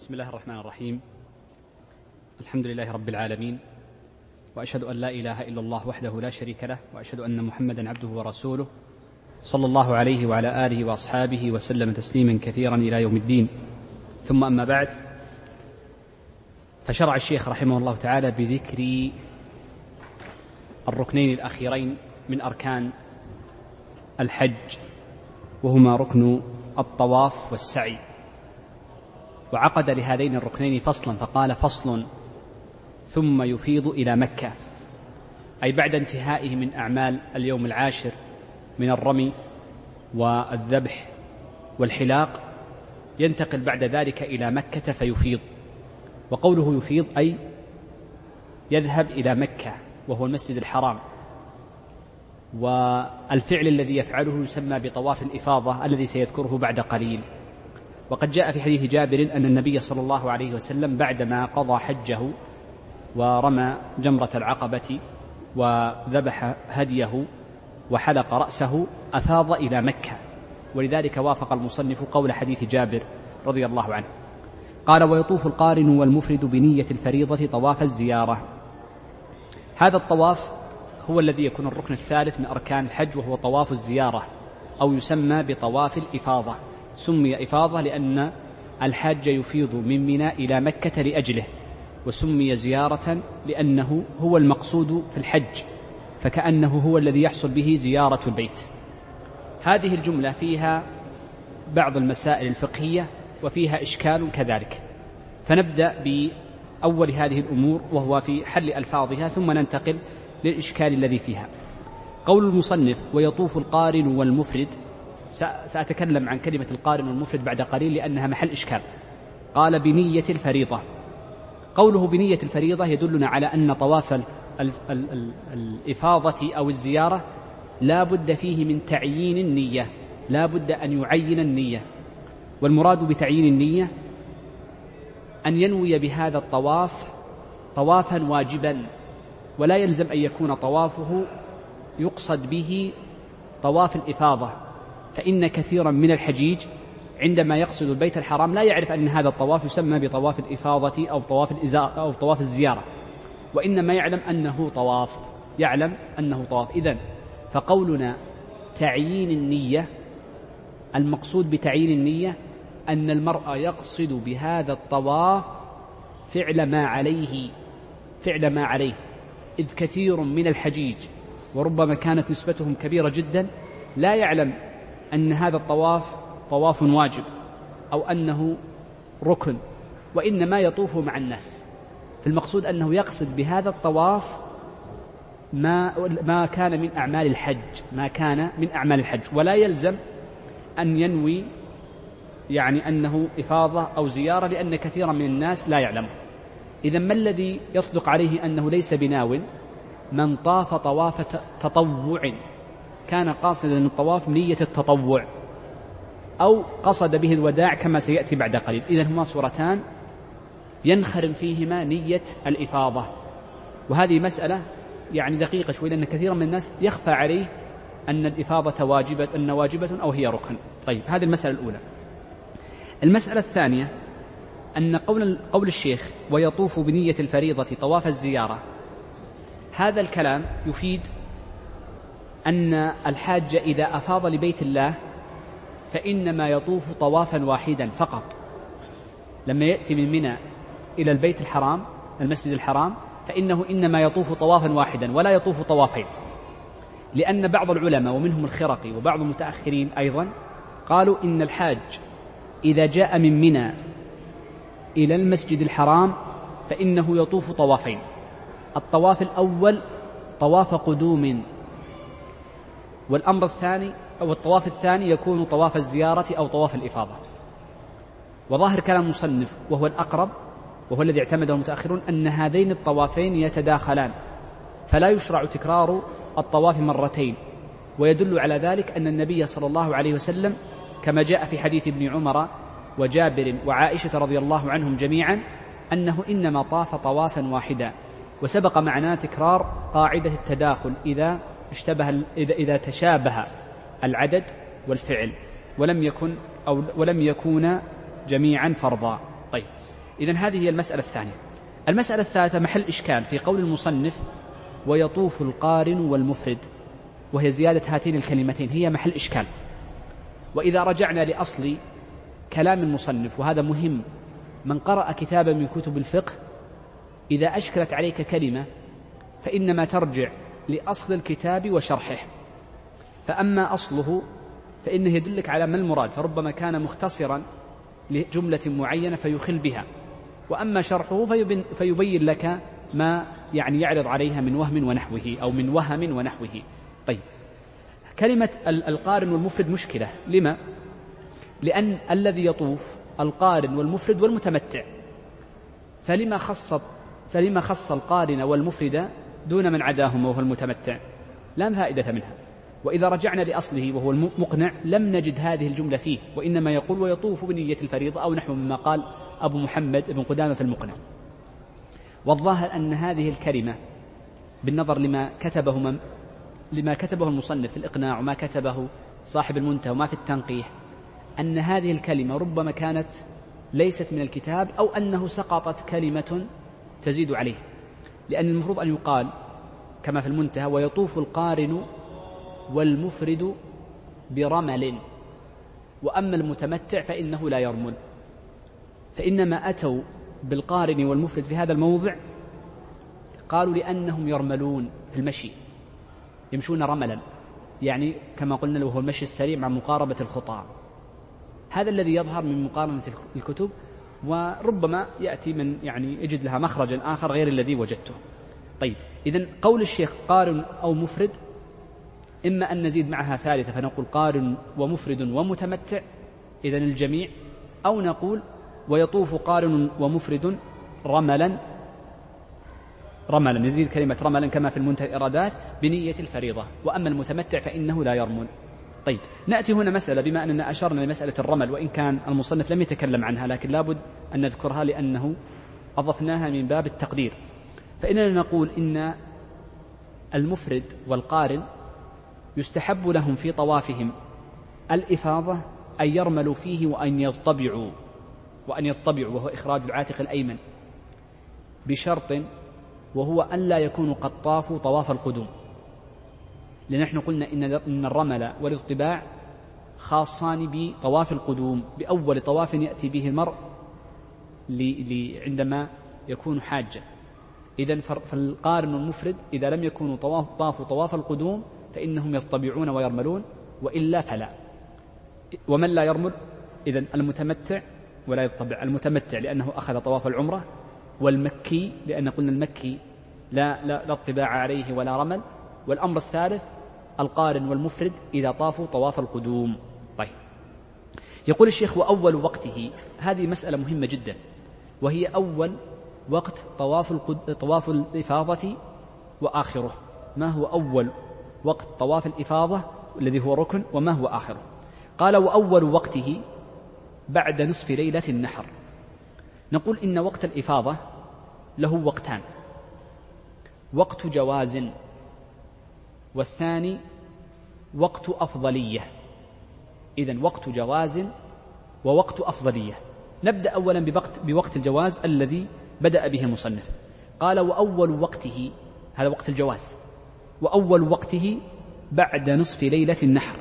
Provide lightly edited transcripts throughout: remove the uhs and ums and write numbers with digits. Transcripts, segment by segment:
بسم الله الرحمن الرحيم. الحمد لله رب العالمين، وأشهد أن لا إله إلا الله وحده لا شريك له، وأشهد أن محمدا عبده ورسوله صلى الله عليه وعلى آله وأصحابه وسلم تسليما كثيرا إلى يوم الدين. ثم أما بعد، فشرع الشيخ رحمه الله تعالى بذكر الركنين الأخيرين من أركان الحج، وهما ركن الطواف والسعي، وعقد لهذين الركنين فصلا فقال: فصل ثم يفيض إلى مكة، أي بعد انتهائه من أعمال اليوم العاشر من الرمي والذبح والحلاق ينتقل بعد ذلك إلى مكة فيفيض. وقوله يفيض أي يذهب إلى مكة وهو المسجد الحرام، والفعل الذي يفعله يسمى بطواف الإفاضة الذي سيذكره بعد قليل. وقد جاء في حديث جابر أن النبي صلى الله عليه وسلم بعدما قضى حجه ورمى جمرة العقبة وذبح هديه وحلق رأسه أفاض إلى مكة، ولذلك وافق المصنف قول حديث جابر رضي الله عنه. قال: ويطوف القارن والمفرد بنية الفريضة طواف الزيارة. هذا الطواف هو الذي يكون الركن الثالث من أركان الحج، وهو طواف الزيارة، أو يسمى بطواف الإفاضة. سمي إفاضة لأن الحاج يفيض من منى إلى مكة لأجله، وسمي زيارة لأنه هو المقصود في الحج، فكأنه هو الذي يحصل به زيارة البيت. هذه الجملة فيها بعض المسائل الفقهية وفيها إشكال كذلك، فنبدأ بأول هذه الأمور وهو في حل ألفاظها، ثم ننتقل للإشكال الذي فيها. قول المصنف: ويطوف القارن والمفرد، سأتكلم عن كلمة القارن والمفرد بعد قليل لأنها محل إشكال. قال: بنية الفريضة. قوله بنية الفريضة يدلنا على أن طواف الإفاضة أو الزيارة لا بد فيه من تعيين النية، لا بد أن يعين النية. والمراد بتعيين النية أن ينوي بهذا الطواف طوافا واجبا، ولا يلزم أن يكون طوافه يقصد به طواف الإفاضة، فإن كثيرا من الحجيج عندما يقصد البيت الحرام لا يعرف أن هذا الطواف يسمى بطواف الإفاضة أو طواف الزيارة، وإنما يعلم أنه طواف. إذن فقولنا تعيين النية، المقصود بتعيين النية أن المرء يقصد بهذا الطواف فعل ما عليه، إذ كثير من الحجيج وربما كانت نسبتهم كبيرة جدا لا يعلم أن هذا الطواف طواف واجب أو أنه ركن، وإنما يطوف مع الناس. فالمقصود أنه يقصد بهذا الطواف ما كان من أعمال الحج، ولا يلزم أن ينوي أنه إفاضة أو زيارة، لأن كثيرا من الناس لا يعلم. إذن ما الذي يصدق عليه أنه ليس بناو؟ من طاف طواف تطوع كان قاصدا من الطواف نية التطوع، أو قصد به الوداع كما سيأتي بعد قليل. إذن هما صورتان ينخرم فيهما نية الإفاضة، وهذه مسألة دقيقة شوي، لأن كثيرا من الناس يخفى عليه أن الإفاضة واجبة أو هي ركن. طيب، هذه المسألة الأولى. المسألة الثانية أن قول الشيخ: ويطوف بنية الفريضة طواف الزيارة، هذا الكلام يفيد أن الحاج إذا أفاض لبيت الله فإنما يطوف طوافا واحدا فقط. لما يأتي من منى إلى البيت الحرام المسجد الحرام فإنه إنما يطوف طوافا واحدا ولا يطوف طوافين، لأن بعض العلماء ومنهم الخرقي وبعض المتأخرين أيضا قالوا إن الحاج إذا جاء من منى إلى المسجد الحرام فإنه يطوف طوافين. الطواف الأول طواف قدوم، والأمر الثاني أو الطواف الثاني يكون طواف الزيارة أو طواف الإفاضة. وظاهر كلام المصنف وهو الأقرب وهو الذي اعتمده المتأخرون أن هذين الطوافين يتداخلان، فلا يشرع تكرار الطواف مرتين. ويدل على ذلك أن النبي صلى الله عليه وسلم كما جاء في حديث ابن عمر وجابر وعائشة رضي الله عنهم جميعا أنه إنما طاف طوافا واحدا. وسبق معنا تكرار قاعدة التداخل إذا تشابه العدد والفعل ولم يكون جميعا فرضا. طيب، إذن هذه هي المسألة الثانية. المسألة الثالثة محل إشكال في قول المصنف ويطوف القارن والمفرد، وهي زيادة هاتين الكلمتين، هي محل إشكال. وإذا رجعنا لأصل كلام المصنف، وهذا مهم، من قرأ كتابا من كتب الفقه إذا أشكلت عليك كلمة فإنما ترجع لأصل الكتاب وشرحه، فأما أصله فإنه يدلك على ما المراد، فربما كان مختصرا لجملة معينة فيخل بها، وأما شرحه فيبين لك ما يعني يعرض عليها من وهم ونحوه أو من وهم ونحوه. طيب، كلمة القارن والمفرد مشكلة. لما؟ لأن الذي يطوف القارن والمفرد والمتمتع، فلما خص القارن والمفرد دون من عداهما وهو المتمتع؟ لا فائدة منها. وإذا رجعنا لأصله وهو المقنع لم نجد هذه الجملة فيه، وإنما يقول ويطوف بنية الفريضة أو نحو مما قال أبو محمد بن قدامة في المقنع. والظاهر أن هذه الكلمة بالنظر لما كتبه المصنف في الإقناع وما كتبه صاحب المنتهى وما في التنقيح، أن هذه الكلمة ربما كانت ليست من الكتاب، أو أنه سقطت كلمة تزيد عليه، لأن المفروض أن يقال كما في المنتهى ويطوف القارن والمفرد برمل، وأما المتمتع فإنه لا يرمل. فإنما أتوا بالقارن والمفرد في هذا الموضع قالوا لأنهم يرملون في المشي، يمشون رملا، يعني كما قلنا له هو المشي السريع مع مقاربة الخطى. هذا الذي يظهر من مقارنة الكتب، وربما يأتي من يعني يجد لها مخرجا آخر غير الذي وجدته. طيب، إذن قول الشيخ قارن أو مفرد إما أن نزيد معها ثالثة فنقول قارن ومفرد ومتمتع إذن الجميع، أو نقول ويطوف قارن ومفرد رملا نزيد كلمة رملا كما في المنتهى الإرادات بنية الفريضة، وأما المتمتع فإنه لا يرمل. طيب، نأتي هنا مسألة، بما أننا أشرنا لمسألة الرمل وإن كان المصنف لم يتكلم عنها، لكن لابد أن نذكرها لأنه أضفناها من باب التقدير. فإننا نقول إن المفرد والقارن يستحب لهم في طوافهم الإفاضة أن يرملوا فيه وأن يطبعوا وهو إخراج العاتق الأيمن، بشرط وهو أن لا يكونوا قد طافوا طواف القدوم، لأن نحن قلنا إن الرمل والاطباع خاصان بطواف القدوم، بأول طواف يأتي به المرء عندما يكون حاجا. إذن فالقارن والمفرد إذا لم يكونوا طافوا طواف القدوم فإنهم يطبعون ويرملون، وإلا فلا. ومن لا يرمل إذن المتمتع ولا يطبع، المتمتع لأنه أخذ طواف العمرة، والمكي لأن قلنا المكي لا اطباع عليه ولا رمل. والأمر الثالث القارن والمفرد إذا طافوا طواف القدوم. طيب، يقول الشيخ وأول وقته، هذه مسألة مهمة جدا، وهي أول وقت طواف الإفاضة وآخره. ما هو أول وقت طواف الإفاضة الذي هو ركن، وما هو آخره؟ قال وأول وقته بعد نصف ليلة النحر. نقول إن وقت الإفاضة له وقتان، وقت جواز، والثاني وقت أفضلية. إذن وقت جواز ووقت أفضلية. نبدأ أولا بوقت الجواز الذي بدأ به المصنف. قال وأول وقته، هذا وقت الجواز، وأول وقته بعد نصف ليلة النحر.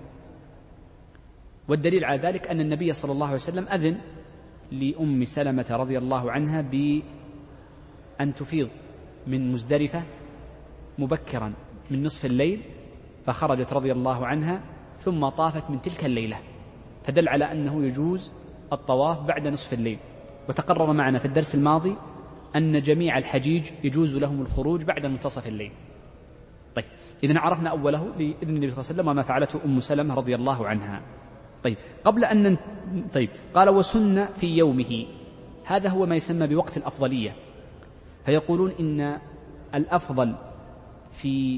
والدليل على ذلك أن النبي صلى الله عليه وسلم أذن لأم سلمة رضي الله عنها بأن تفيض من مزدلفة مبكرا من نصف الليل، فخرجت رضي الله عنها ثم طافت من تلك الليلة، فدل على أنه يجوز الطواف بعد نصف الليل. وتقرر معنا في الدرس الماضي أن جميع الحجيج يجوز لهم الخروج بعد منتصف الليل. طيب، إذن عرفنا أوله لإذن النبي صلى الله عليه وسلم وما فعلته أم سلمة رضي الله عنها. طيب، قال وسن في يومه، هذا هو ما يسمى بوقت الأفضلية. فيقولون إن الأفضل في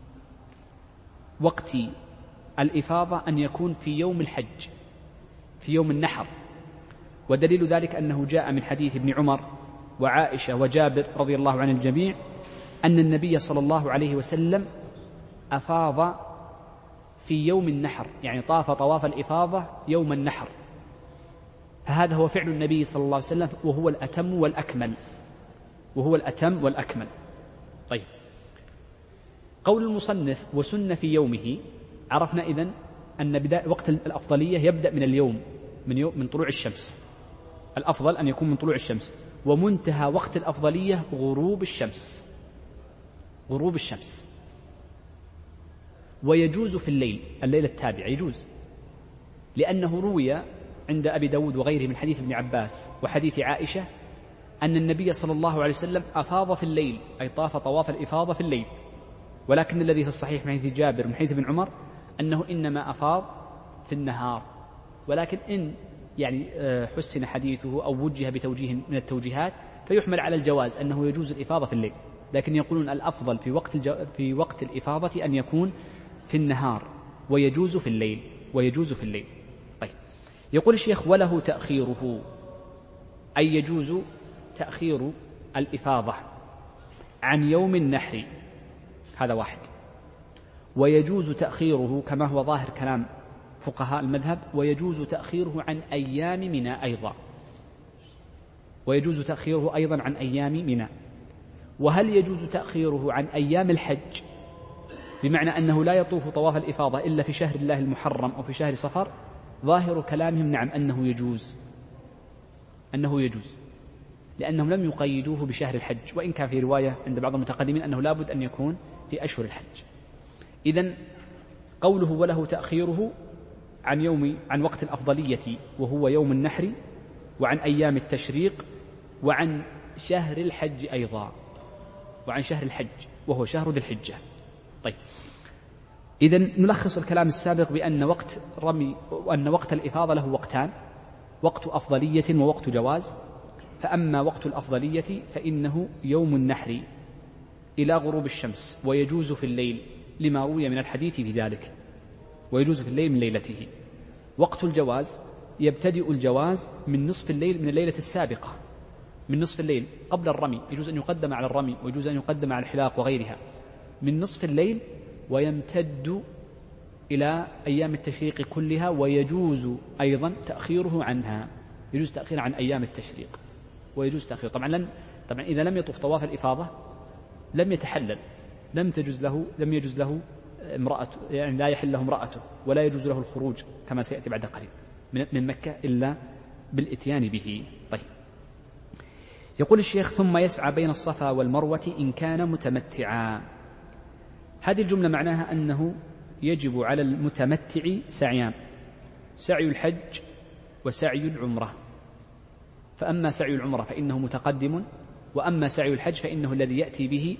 وقت الإفاضة أن يكون في يوم الحج، في يوم النحر. ودليل ذلك أنه جاء من حديث ابن عمر وعائشة وجابر رضي الله عن الجميع أن النبي صلى الله عليه وسلم أفاض في يوم النحر، يعني طاف طواف الإفاضة يوم النحر. فهذا هو فعل النبي صلى الله عليه وسلم، وهو الأتم والأكمل، وهو الأتم والأكمل. طيب، قول المصنف وسن في يومه، عرفنا إذن أن بداية وقت الأفضلية يبدأ من اليوم، من طلوع الشمس، الأفضل أن يكون من طلوع الشمس، ومنتهى وقت الأفضلية غروب الشمس، غروب الشمس. ويجوز في الليل التابع يجوز، لأنه روي عند أبي داود وغيره من حديث ابن عباس وحديث عائشة أن النبي صلى الله عليه وسلم أفاض في الليل، أي طاف طواف الإفاضة في الليل، ولكن الذي في الصحيح من حديث جابر من حديث ابن عمر أنه إنما أفاض في النهار. ولكن إن يعني حسن حديثه أو وجه بتوجيه من التوجيهات فيحمل على الجواز أنه يجوز الإفاضة في الليل، لكن يقولون الأفضل في وقت الإفاضة أن يكون في النهار، ويجوز في الليل، ويجوز في الليل. طيب، يقول الشيخ وله تأخيره، أي يجوز تأخير الإفاضة عن يوم النحر، هذا واحد. ويجوز تأخيره كما هو ظاهر كلام فقهاء المذهب، ويجوز تأخيره عن أيام منى أيضا، ويجوز تأخيره أيضا عن أيام منى. وهل يجوز تأخيره عن أيام الحج، بمعنى أنه لا يطوف طواف الإفاضة إلا في شهر الله المحرم أو في شهر صفر؟ ظاهر كلامهم نعم، أنه يجوز، لأنهم لم يقيدوه بشهر الحج، وإن كان في رواية عند بعض المتقدمين أنه لا بد أن يكون في أشهر الحج. إذن قوله وله تأخيره عن وقت الأفضلية وهو يوم النحر، وعن أيام التشريق، وعن شهر الحج أيضا، وعن شهر الحج وهو شهر ذي الحجة. طيب، إذن نلخص الكلام السابق بأن وقت الإفاضة له وقتان، وقت أفضلية ووقت جواز. فأما وقت الأفضلية فإنه يوم النحر إلى غروب الشمس، ويجوز في الليل لما روي من الحديث في ذلك، ويجوز في الليل من ليلته. وقت الجواز يبتدئ الجواز من نصف الليل من الليلة السابقة، من نصف الليل قبل الرمي، يجوز أن يقدم على الرمي، ويجوز أن يقدم على الحلاق وغيرها، من نصف الليل، ويمتد إلى أيام التشريق كلها. ويجوز أيضا تأخيره عنها، يجوز تأخير عن أيام التشريق، ويجوز تأخير طبعا إذا لم يطف طواف الإفاضة لم يتحلل، لم يجوز له امرأته، يعني لا يحل له امرأته، ولا يجوز له الخروج كما سيأتي بعد قليل من مكة إلا بالإتيان به. طيب، يقول الشيخ ثم يسعى بين الصفا والمروة إن كان متمتعا. هذه الجملة معناها أنه يجب على المتمتع سعيان، سعي الحج وسعي العمرة. فأما سعي العمرة فإنه متقدم، وأما سعي الحج فإنه الذي يأتي به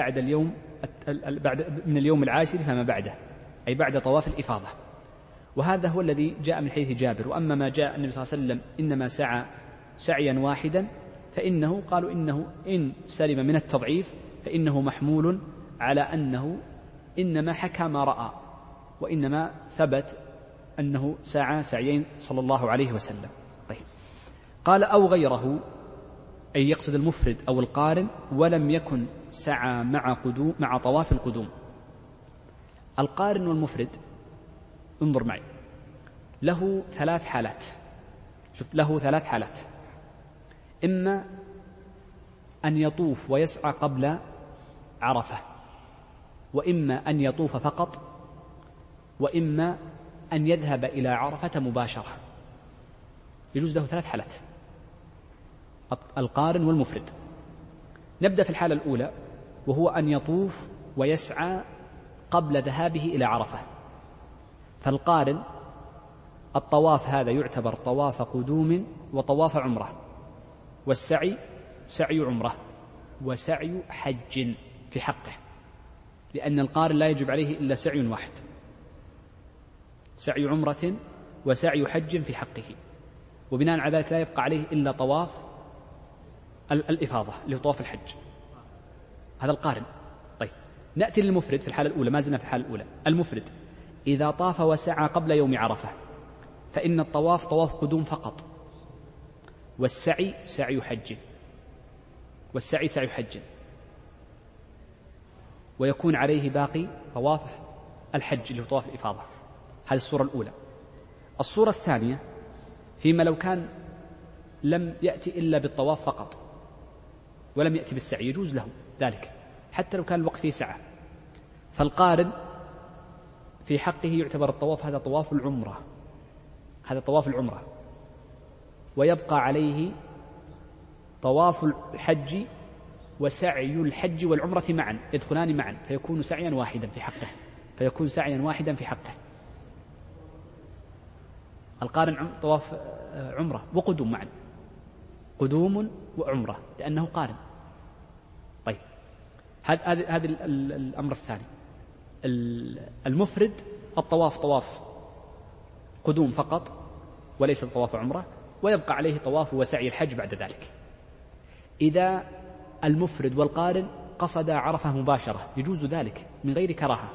من اليوم العاشر فما بعده، أي بعد طواف الإفاضة. وهذا هو الذي جاء من حديث جابر. وأما ما جاء النبي صلى الله عليه وسلم إنما سعى سعيا واحدا، فإنه قالوا إنه إن سلم من التضعيف فإنه محمول على أنه إنما حكى ما رأى، وإنما ثبت أنه سعى سعيين صلى الله عليه وسلم. طيب، قال أو غيره، أي يقصد المفرد أو القارن، ولم يكن سعى مع طواف القدوم. القارن والمفرد انظر معي، له ثلاث حالات. إما أن يطوف ويسعى قبل عرفة، وإما أن يطوف فقط، وإما أن يذهب إلى عرفة مباشرة. يجوز له ثلاث حالات، القارن والمفرد. نبدأ في الحالة الأولى، وهو أن يطوف ويسعى قبل ذهابه إلى عرفة. فالقارن الطواف هذا يعتبر طواف قدوم وطواف عمرة، والسعي سعي عمرة وسعي حج في حقه، لأن القارن لا يجب عليه إلا سعي واحد، سعي عمرة وسعي حج في حقه، وبناء على ذلك لا يبقى عليه إلا طواف الإفاضة اللي هو طواف الحج. هذا القارن. طيب، نأتي للمفرد في الحالة الأولى، ما زلنا في الحالة الأولى. المفرد إذا طاف وسعى قبل يوم عرفة فإن الطواف طواف قدوم فقط، والسعي سعي حج، ويكون عليه باقي طواف الحج اللي هو طواف الإفاضة. هذه الصورة الأولى. الصورة الثانية، فيما لو كان لم يأتي إلا بالطواف فقط ولم يأتي بالسعي يجوز له ذلك حتى لو كان الوقت فيه سعة. فالقارن في حقه يعتبر الطواف هذا طواف العمرة، هذا طواف العمرة، ويبقى عليه طواف الحج وسعي الحج والعمرة معا، يدخلان معا فيكون سعيا واحدا في حقه، فيكون سعيا واحدا في حقه. القارن طواف عمرة وقدوم معا، قدوم وعمرة لأنه قارن. طيب هذا الأمر الثاني. المفرد الطواف طواف قدوم فقط وليس طواف عمرة، ويبقى عليه طواف وسعي الحج بعد ذلك. إذا المفرد والقارن قصدا عرفة مباشرة يجوز ذلك من غير كراهة،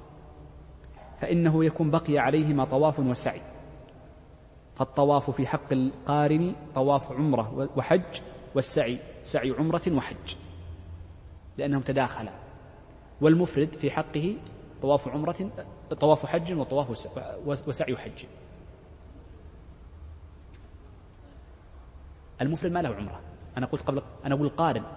فإنه يكون بقي عليهما طواف وسعي. فالطواف في حق القارن طواف عمرة وحج، والسعي سعي عمرة وحج لأنهم تداخلا. والمفرد في حقه طواف عمرة طواف حج وطواف وسعي حج. المفرد ما له عمرة. أنا قلت قبل، أنا أقول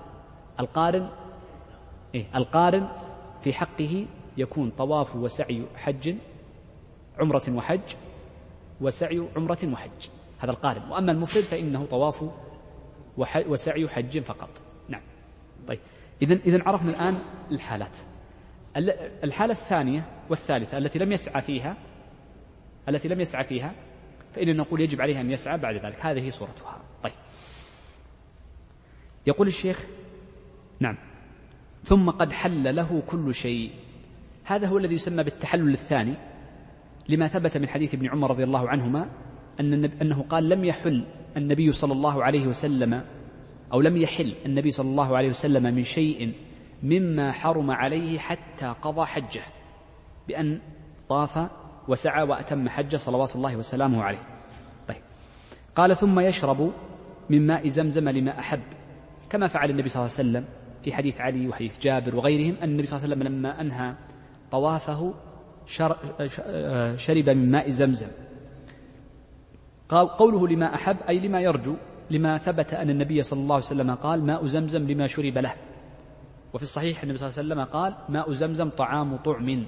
القارن في حقه يكون طواف وسعي حج عمرة وحج وسعي عمرة وحج، هذا القارن. وأما المفرد فإنه طواف وسعي حج فقط. نعم. طيب إذن عرفنا الآن الحالات. الحالة الثانية والثالثة التي لم يسعى فيها فإننا نقول يجب عليها أن يسعى بعد ذلك. هذه صورتها. طيب يقول الشيخ نعم ثم قد حل له كل شيء. هذا هو الذي يسمى بالتحلل الثاني، لما ثبت من حديث ابن عمر رضي الله عنهما أنه قال لم يحل النبي صلى الله عليه وسلم، أو لم يحل النبي صلى الله عليه وسلم من شيء مما حرم عليه حتى قضى حجه، بأن طاف وسعى وأتم حجه صلوات الله وسلامه عليه. طيب قال ثم يشرب من ماء زمزم لما أحب، كما فعل النبي صلى الله عليه وسلم في حديث علي وحديث جابر وغيرهم أن النبي صلى الله عليه وسلم لما أنهى طوافه شرب من ماء زمزم. قوله لما أحب أي لما يرجو، لما ثبت أن النبي صلى الله عليه وسلم قال ماء زمزم لما شرب له. وفي الصحيح النبي صلى الله عليه وسلم قال ماء زمزم طعام طعم،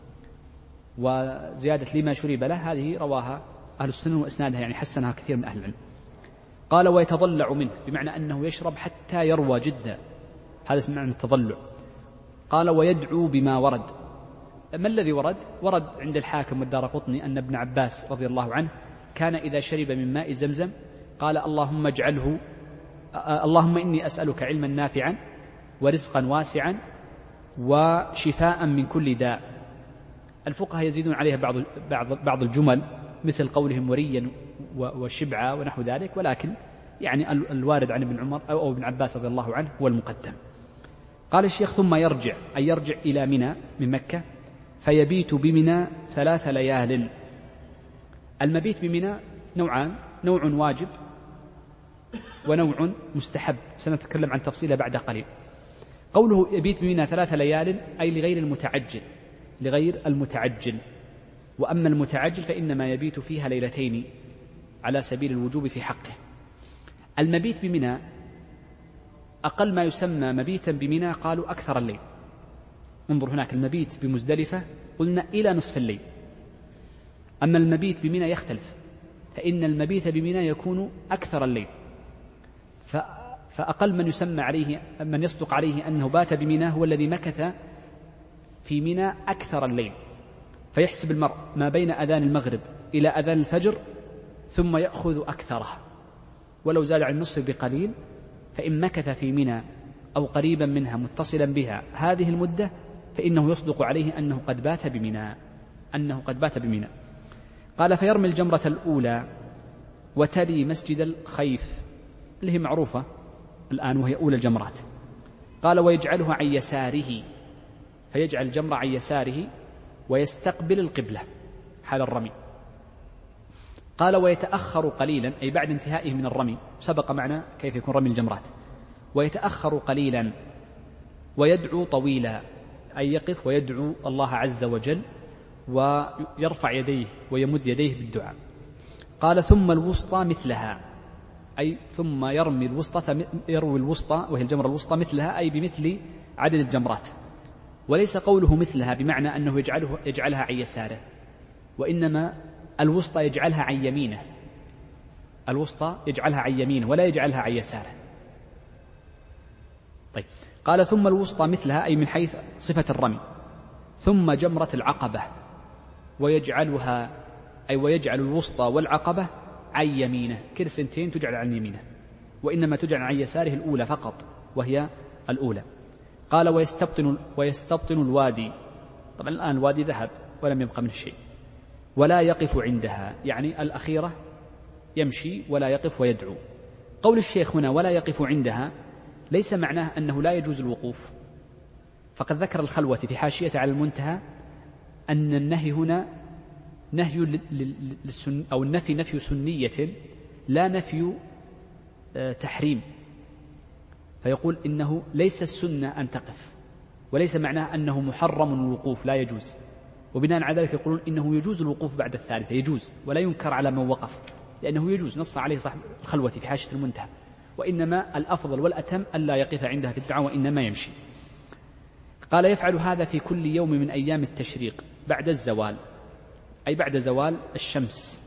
وزيادة لما شرب له هذه رواها أهل السنن وإسنادها يعني حسنها كثير من أهل العلم. قال ويتضلع منه، بمعنى أنه يشرب حتى يروى جدا، هذا اسم معنى التضلع. قال ويدعو بما ورد. ما الذي ورد؟ ورد عند الحاكم والدارقطني أن ابن عباس رضي الله عنه كان إذا شرب من ماء زمزم قال اللهم اجعله، اللهم إني أسألك علما نافعا ورزقا واسعا وشفاء من كل داء. الفقهاء يزيدون عليها بعض الجمل مثل قولهم وريا وشبعا ونحو ذلك، ولكن يعني الوارد عن ابن عمر أو ابن عباس رضي الله عنه هو المقدم. قال الشيخ ثم يرجع، أي يرجع إلى منى من مكة فيبيت بمنى 3 ليال. المبيت بمنى نوعان، نوع واجب ونوع مستحب، سنتكلم عن تفصيله بعد قليل. قوله يبيت بمنى 3 ليال أي لغير المتعجل، وأما المتعجل فإنما يبيت فيها 2 ليلتين على سبيل الوجوب في حقه. المبيت بمنى أقل ما يسمى مبيتا بمنى قالوا أكثر الليل. انظر هناك المبيت بمزدلفة قلنا إلى نصف الليل، أما المبيت بمنى يختلف، فإن المبيت بمنى يكون أكثر الليل، فأقل من يسمى عليه من يصدق عليه أنه بات بمنى هو الذي مكث في منى أكثر الليل. فيحسب المرء ما بين أذان المغرب إلى أذان الفجر ثم يأخذ أكثره، ولو زال عن النصف بقليل، فإن مكث في منى أو قريبا منها متصلا بها هذه المدة فإنه يصدق عليه أنه قد بات بمنى. قال فيرمي الجمرة الأولى وتلي مسجد الخيف اللي هي معروفة الآن وهي أولى الجمرات. قال ويجعلها عن يساره، فيجعل الجمرة عن يساره ويستقبل القبلة حال الرمي. قال ويتأخر قليلا أي بعد انتهائه من الرمي، سبق معنا كيف يكون رمي الجمرات. ويتأخر قليلا ويدعو طويلا أي يقف ويدعو الله عز وجل ويرفع يديه ويمد يديه بالدعاء. قال ثم الوسطى مثلها أي ثم يروي الوسطى وهي الجمرة الوسطى مثلها، أي بمثل عدد الجمرات. وليس قوله مثلها بمعنى أنه يجعلها عن يساره، وإنما الوسطى يجعلها عن يمينه، الوسطى يجعلها عن يمينه ولا يجعلها عن يساره. طيب، قال ثم الوسطى مثلها أي من حيث صفة الرمي، ثم جمرة العقبة، ويجعل الوسطى والعقبة عن يمينه، كل ثنتين تجعل عن يمينه، وإنما تجعل عن يساره الأولى فقط وهي الأولى. قال ويستبطن الوادي، طبعا الآن الوادي ذهب ولم يبقى منه شيء، ولا يقف عندها، يعني الأخيرة يمشي ولا يقف ويدعو. قول الشيخ هنا ولا يقف عندها ليس معناه أنه لا يجوز الوقوف، فقد ذكر الخلوة في حاشية على المنتهى أن النهي هنا نهي أو النفي نفي سنية لا نفي تحريم، فيقول إنه ليس السنة أن تقف، وليس معناه أنه محرم الوقوف لا يجوز، وبناء على ذلك يقولون إنه يجوز الوقوف بعد الثالثة، يجوز ولا ينكر على من وقف، لأنه يجوز، نص عليه صاحب الخلوة في حاشية المنتهى، وإنما الأفضل والأتم ألا يقف عندها في الدعاء وإنما يمشي. قال يفعل هذا في كل يوم من أيام التشريق بعد الزوال، أي بعد زوال الشمس.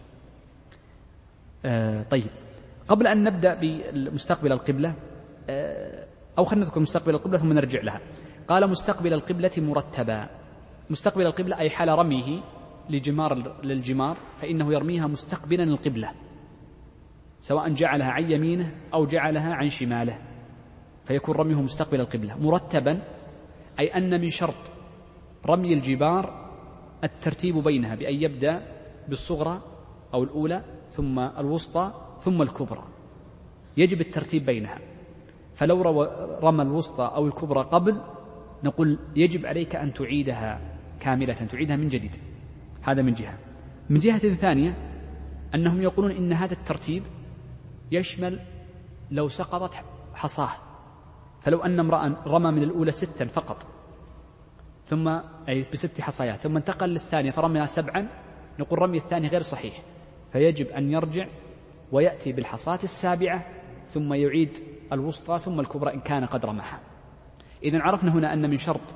طيب، قبل أن نبدأ بمستقبل القبلة أو خلينا نذكر مستقبل القبلة ثم نرجع لها. قال مستقبل القبلة مرتبا، مستقبل القبلة أي حال رميه للجمار فإنه يرميها مستقبلا القبلة، سواء جعلها عن يمينه أو جعلها عن شماله، فيكون رميه مستقبل القبلة. مرتبا أي أن من شرط رمي الجبار الترتيب بينها، بأن يبدأ بالصغرى أو الأولى ثم الوسطى ثم الكبرى، يجب الترتيب بينها. فلو رمى الوسطى أو الكبرى قبل نقول يجب عليك أن تعيدها كاملة، تعيدها من جديد. هذا من جهة. من جهة ثانية أنهم يقولون إن هذا الترتيب يشمل لو سقطت حصاه، فلو أن امرأ رمى من الأولى 6 فقط ثم أي ب6 حصيات ثم انتقل للثانية فرميها 7، نقول رمي الثاني غير صحيح، فيجب أن يرجع ويأتي بالحصاة 7 ثم يعيد الوسطى ثم الكبرى إن كان قد رماها. إذن عرفنا هنا أن من شرط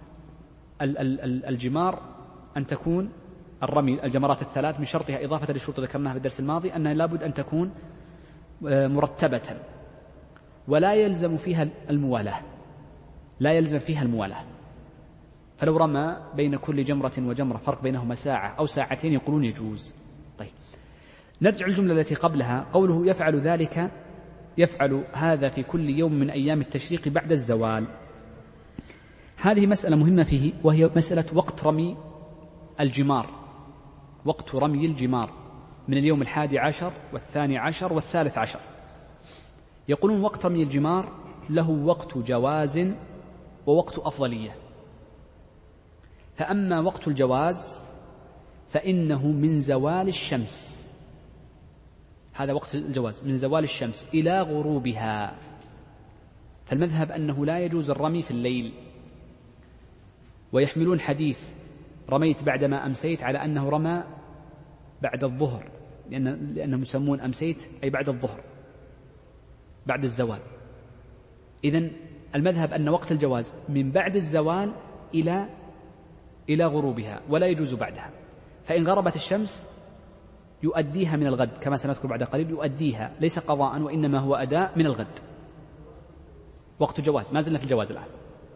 الجمار أن تكون الرمي الجمرات الثلاث من شرطها إضافة للشروط ذكرناها في الدرس الماضي أنها لابد أن تكون مرتبة ولا يلزم فيها الموالاة، لا يلزم فيها الموالاة. فلو رمى بين كل جمرة وجمرة فرق بينهما ساعة أو ساعتين يقولون يجوز. طيب، نرجع الجملة التي قبلها، قوله يفعل هذا في كل يوم من أيام التشريق بعد الزوال. هذه مسألة مهمة فيه، وهي مسألة وقت رمي الجمار، وقت رمي الجمار من اليوم 11 و12 و13. يقولون وقت رمي الجمار له وقت جواز ووقت أفضلية. فأما وقت الجواز فإنه من زوال الشمس، هذا وقت الجواز من زوال الشمس إلى غروبها، فالمذهب أنه لا يجوز الرمي في الليل، ويحملون حديث رميت بعدما أمسيت على أنه رمى بعد الظهر، لأنهم يسمون أمسيت أي بعد الظهر بعد الزوال. إذن المذهب أن وقت الجواز من بعد الزوال إلى غروبها ولا يجوز بعدها، فإن غربت الشمس يؤديها من الغد كما سنذكر بعد قليل، يؤديها ليس قضاء وإنما هو أداء من الغد. وقت جواز، ما زلنا في الجواز الآن،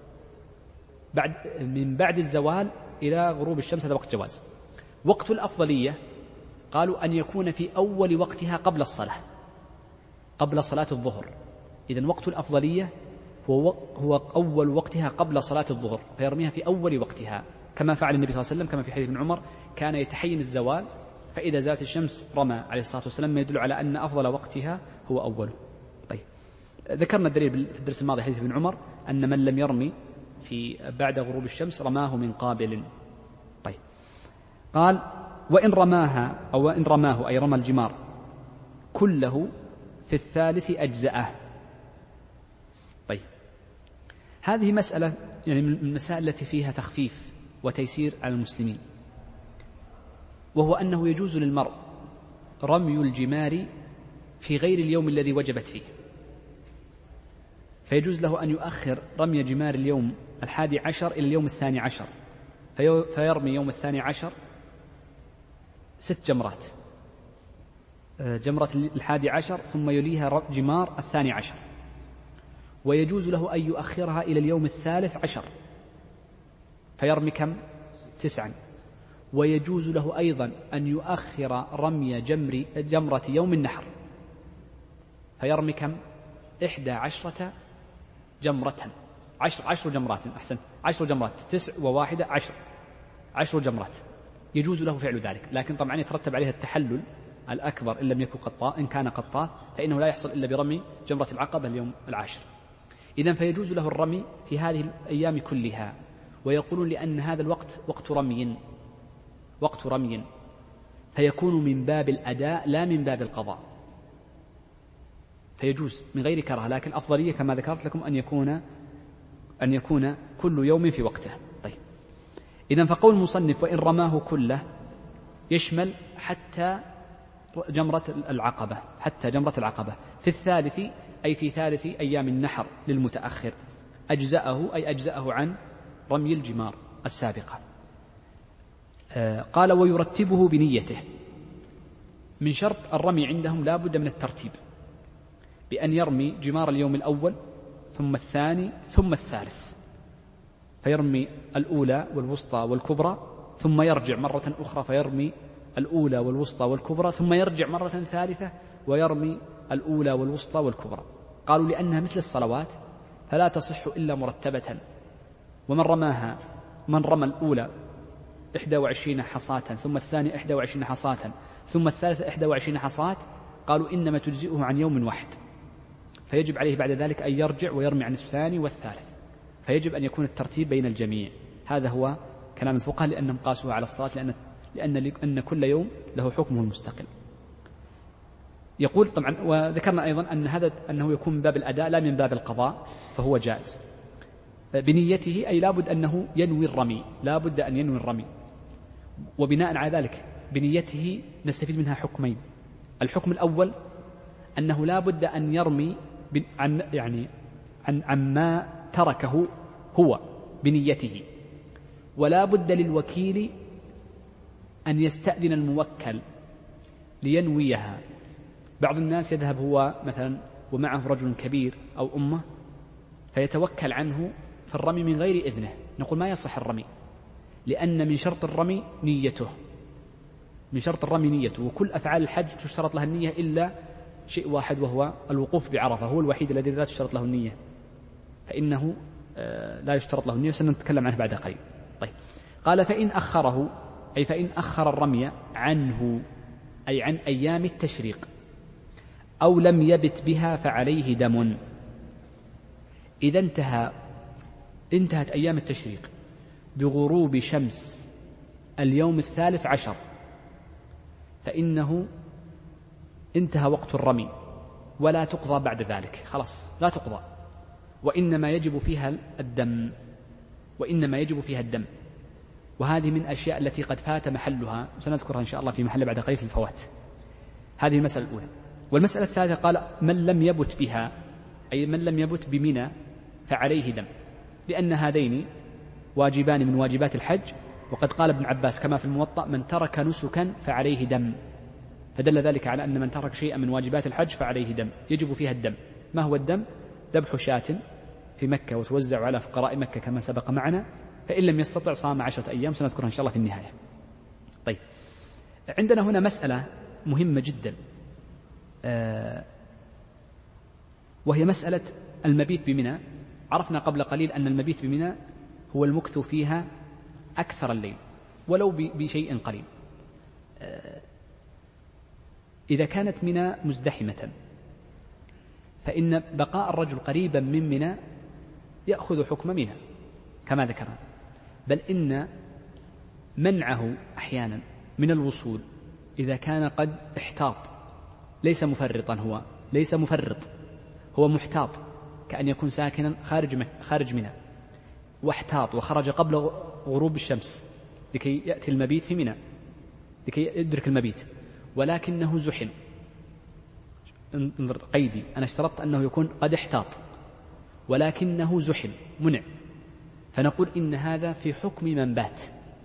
من بعد الزوال إلى غروب الشمس هذا وقت جواز. وقت الأفضلية قالوا أن يكون في أول وقتها قبل الصلاة، قبل صلاة الظهر. إذن وقت الأفضلية هو أول وقتها قبل صلاة الظهر، فيرميها في أول وقتها كما فعل النبي صلى الله عليه وسلم، كما في حديث ابن عمر كان يتحين الزوال فإذا زالت الشمس رمى عليه الصلاة والسلام، ما يدل على أن أفضل وقتها هو أوله. طيب، ذكرنا الدليل في الدرس الماضي حديث ابن عمر أن من لم يرمي بعد غروب الشمس رماه من قابل. طيب، قال وإن رماه أي رمى الجمار كله في الثالث أجزأه. طيب، هذه مسألة يعني من المسائل التي فيها تخفيف وتيسير على المسلمين، وهو أنه يجوز للمرء رمي الجمار في غير اليوم الذي وجبت فيه، فيجوز له أن يؤخر رمي جمار اليوم 11 إلى اليوم 12، فيرمي يوم 12 6 جمرات، جمرة 11 ثم يليها جمار 12، ويجوز له أن يؤخرها إلى اليوم 13 فيرمي كم؟ 9. ويجوز له أيضا أن يؤخر رمي جمرة يوم النحر فيرمي كم؟ 11 جمرة، 10 جمرات، أحسن، 10 جمرات، 9 و1 10 جمرات، يجوز له فعل ذلك، لكن طبعا يترتب عليها التحلل الأكبر إن لم يكن قطاء، إن كان قطاء فإنه لا يحصل إلا برمي جمرة العقبة اليوم 10. إذن فيجوز له الرمي في هذه الأيام كلها، ويقولون لأن هذا الوقت وقت رمي فيكون من باب الأداء لا من باب القضاء، فيجوز من غير كراهة، لكن الأفضلية كما ذكرت لكم أن يكون كل يوم في وقته. طيب، إذن فقول المصنف وإن رماه كله يشمل حتى جمرة العقبة في الثالث، أي في ثالث أيام النحر للمتأخر، أجزأه عن رمي الجمار السابقة. قال ويرتبه بنيته. من شرط الرمي عندهم لا بد من الترتيب، بأن يرمي جمار اليوم الأول ثم الثاني ثم الثالث، فيرمي الأولى والوسطى والكبرى، ثم يرجع مرة أخرى فيرمي الأولى والوسطى والكبرى، ثم يرجع مرة ثالثة ويرمي الأولى والوسطى والكبرى. قالوا لأنها مثل الصلوات فلا تصح إلا مرتبة، ومن رمى الأولى 21 حصاة ثم الثاني 21 حصاة ثم الثالث 21 حصاة، قالوا إنما تجزئه عن يوم واحد، فيجب عليه بعد ذلك أن يرجع ويرمي عن الثاني والثالث، فيجب أن يكون الترتيب بين الجميع. هذا هو كلام الفقهاء، لأنهم قاسوها على الصلاة، لأن كل يوم له حكمه المستقل. يقول طبعا، وذكرنا أيضا أنه يكون من باب الأداء لا من باب القضاء، فهو جائز بنيته، أي لابد أنه ينوي الرمي، لابد أن ينوي الرمي، وبناء على ذلك بنيته نستفيد منها حكمين. الحكم الأول أنه لابد أن يرمي عن ما تركه هو بنيته، ولا بد للوكيل أن يستأذن الموكل لينويها. بعض الناس يذهب هو مثلا ومعه رجل كبير أو أمه فيتوكل عنه في الرمي من غير إذنه، نقول ما يصح الرمي، لأن من شرط الرمي نيته، وكل أفعال الحج تشترط لها النية إلا شيء واحد، وهو الوقوف بعرفة، هو الوحيد الذي لا تشترط له النية، فإنه لا يشترط له النية، سنتكلم عنه بعد قليل. طيب، قال فإن أخره، أي فإن أخر الرمي عنه، أي عن أيام التشريق، أو لم يبت بها فعليه دم. إذا انتهت أيام التشريق بغروب شمس اليوم 13، فإنه انتهى وقت الرمي ولا تقضى بعد ذلك، خلاص لا تقضى، وإنما يجب فيها الدم. وهذه من الأشياء التي قد فات محلها، وسنذكرها إن شاء الله في محل بعد قليل في الفوات. هذه المسألة الأولى. والمسألة الثالثة قال من لم يبت بها، أي من لم يبت بمنى فعليه دم، لأن هذين واجبان من واجبات الحج، وقد قال ابن عباس كما في الموطأ من ترك نسكا فعليه دم، فدل ذلك على أن من ترك شيئا من واجبات الحج فعليه دم، يجب فيها الدم. ما هو الدم؟ ذبح شاة في مكة وتوزع على فقراء مكة كما سبق معنا، فإن لم يستطع صام 10 أيام، سنذكرها إن شاء الله في النهاية. طيب، عندنا هنا مسألة مهمة جدا، وهي مسألة المبيت بمنى. عرفنا قبل قليل أن المبيت بمنى هو المكث فيها أكثر الليل ولو بشيء قليل. إذا كانت منى مزدحمة فإن بقاء الرجل قريبا من منى يأخذ حكم منى كما ذكرنا، بل إن منعه أحيانا من الوصول إذا كان قد احتاط، ليس مفرطا، ليس مفرط، هو محتاط، كأن يكون ساكنا خارج منى واحتاط وخرج قبل غروب الشمس لكي يأتي المبيت في منى، لكي يدرك المبيت، ولكنه زحم انظر قيدي، أنا اشترطت أنه يكون قد احتاط ولكنه زحم منع، فنقول إن هذا في حكم من بات،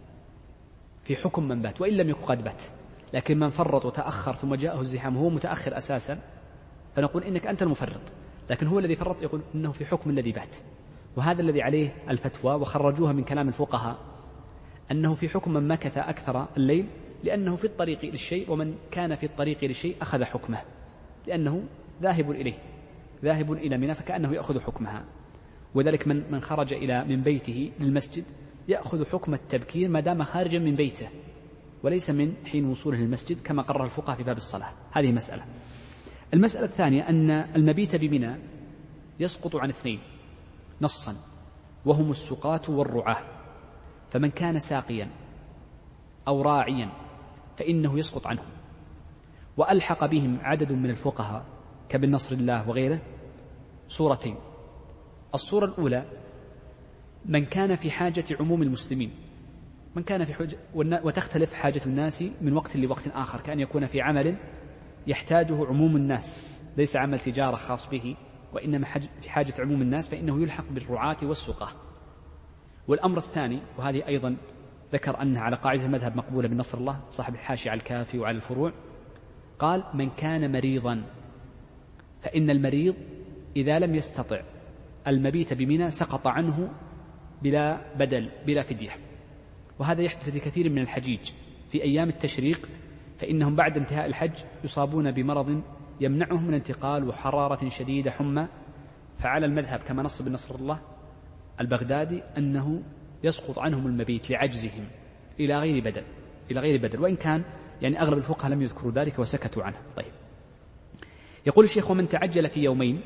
في حكم من بات وإن لم يكن قد بات. لكن من فرط وتأخر ثم جاءه الزحام هو متأخر أساسا، فنقول إنك أنت المفرط، لكن هو الذي فرط يقول إنه في حكم الذي بات. وهذا الذي عليه الفتوى وخرجوها من كلام الفقهاء، أنه في حكم من مكث أكثر الليل، لأنه في الطريق للشيء، ومن كان في الطريق للشيء أخذ حكمه، لأنه ذاهب إليه، ذاهب إلى منى، فكأنه يأخذ حكمها. وذلك من خرج من بيته للمسجد يأخذ حكم التبكير ما دام خارجا من بيته، وليس من حين وصوله للمسجد كما قرر الفقهاء في باب الصلاة. هذه مسألة. المسألة الثانية أن المبيت بمنى يسقط عن اثنين نصا، وهم السقاة والرعاة. فمن كان ساقيا أو راعيا فإنه يسقط عنهم. وألحق بهم عدد من الفقهاء كابن نصر الله وغيره صورتين. الصورة الأولى من كان في حاجة عموم المسلمين، من كان في حاجة، وتختلف حاجة الناس من وقت لوقت آخر، كأن يكون في عمل يحتاجه عموم الناس، ليس عمل تجارة خاص به، وإنما في حاجة عموم الناس، فإنه يلحق بالرعاة والسقاة. والأمر الثاني، وهذه أيضا ذكر أنها على قاعدة المذهب مقبولة بن نصر الله صاحب الحاشية على الكافي وعلى الفروع، قال من كان مريضا، فإن المريض إذا لم يستطع المبيت بمنى سقط عنه بلا بدل بلا فدية. وهذا يحدث لكثير من الحجيج في أيام التشريق، فإنهم بعد انتهاء الحج يصابون بمرض يمنعهم من الانتقال وحرارة شديدة حمى، فعلى المذهب كما نص بن نصر الله البغدادي أنه يسقط عنهم المبيت لعجزهم إلى غير بدل، وإن كان يعني أغلب الفقهاء لم يذكروا ذلك وسكتوا عنه. طيب، يقول الشيخ ومن تعجل في يومين،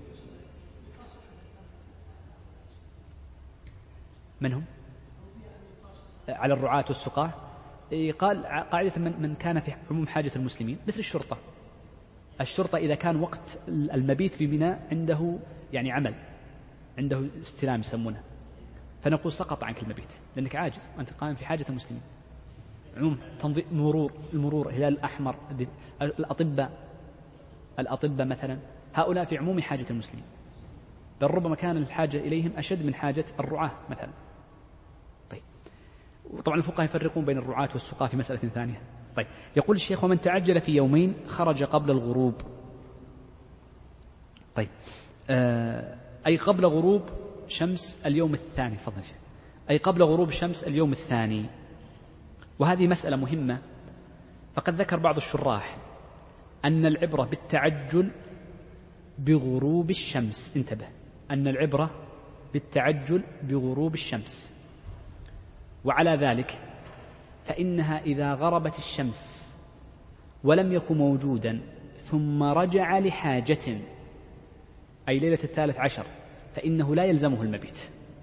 من هم؟ على الرعاة والسقاة. قال قاعدة من كان في عموم حاجة المسلمين، مثل الشرطة إذا كان وقت المبيت بمنى عنده يعني عمل، عنده استلام يسمونه، فنقول سقط عنك المبيت لأنك عاجز وأنت قائم في حاجة المسلمين. عموم تنظيم المرور، الهلال الأحمر، الأطباء مثلا، هؤلاء في عموم حاجة المسلمين، بل ربما كان الحاجة إليهم أشد من حاجة الرعاة مثلا. طيب، وطبعا الفقهاء يفرقون بين الرعاة والسقاة في مسألة ثانية. طيب، يقول الشيخ ومن تعجل في يومين خرج قبل الغروب. طيب، أي قبل غروب شمس اليوم الثاني، تفضل شيخ، أي قبل غروب شمس اليوم الثاني. وهذه مسألة مهمة، فقد ذكر بعض الشراح أن العبرة بالتعجل بغروب الشمس. انتبه، أن العبرة بالتعجل بغروب الشمس، وعلى ذلك فإنها إذا غربت الشمس ولم يكن موجودا ثم رجع لحاجة، أي ليلة 13، فإنه لا يلزمه المبيت.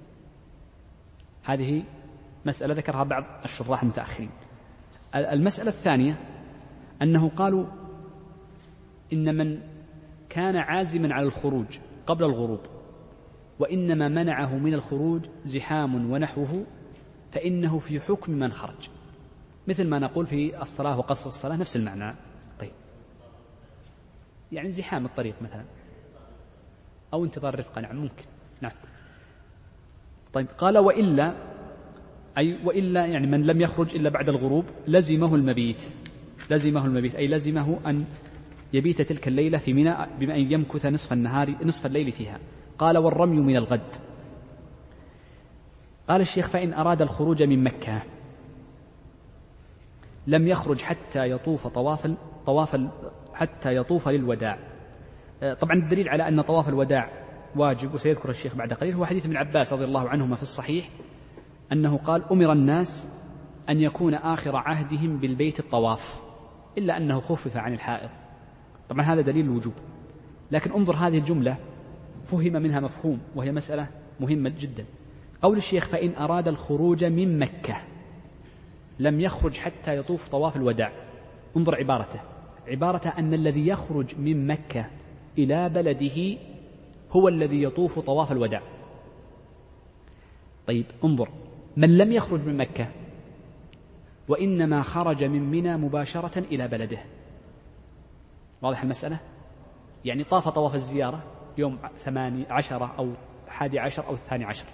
هذه مسألة ذكرها بعض الشراح المتأخرين. المسألة الثانية أنه قالوا إن من كان عازما على الخروج قبل الغروب وإنما منعه من الخروج زحام ونحوه، فإنه في حكم من خرج، مثل ما نقول في الصلاة وقصر الصلاة، نفس المعنى. طيب، يعني زحام الطريق مثلا أو انتظار رفقة، نعم ممكن، نعم. طيب، قال وإلا يعني من لم يخرج إلا بعد الغروب لزمه المبيت، أي لزمه أن يبيت تلك الليلة في منى بما أن يمكث نصف الليل فيها. قال والرمي من الغد. قال الشيخ فإن أراد الخروج من مكة لم يخرج حتى يطوف للوداع. طبعا الدليل على أن طواف الوداع واجب، وسيذكر الشيخ بعد قليل، هو حديث ابن عباس رضي الله عنهما في الصحيح أنه قال أمر الناس أن يكون آخر عهدهم بالبيت الطواف، إلا أنه خفف عن الحائض. طبعا هذا دليل الوجوب، لكن انظر هذه الجملة فهم منها مفهوم، وهي مسألة مهمة جدا. قول الشيخ فإن أراد الخروج من مكة لم يخرج حتى يطوف طواف الوداع. انظر عبارته أن الذي يخرج من مكة إلى بلده هو الذي يطوف طواف الوداع. طيب، انظر من لم يخرج من مكة وإنما خرج من منى مباشرة إلى بلده. واضح المسألة؟ يعني طاف طواف الزيارة يوم 18 أو 11 أو 12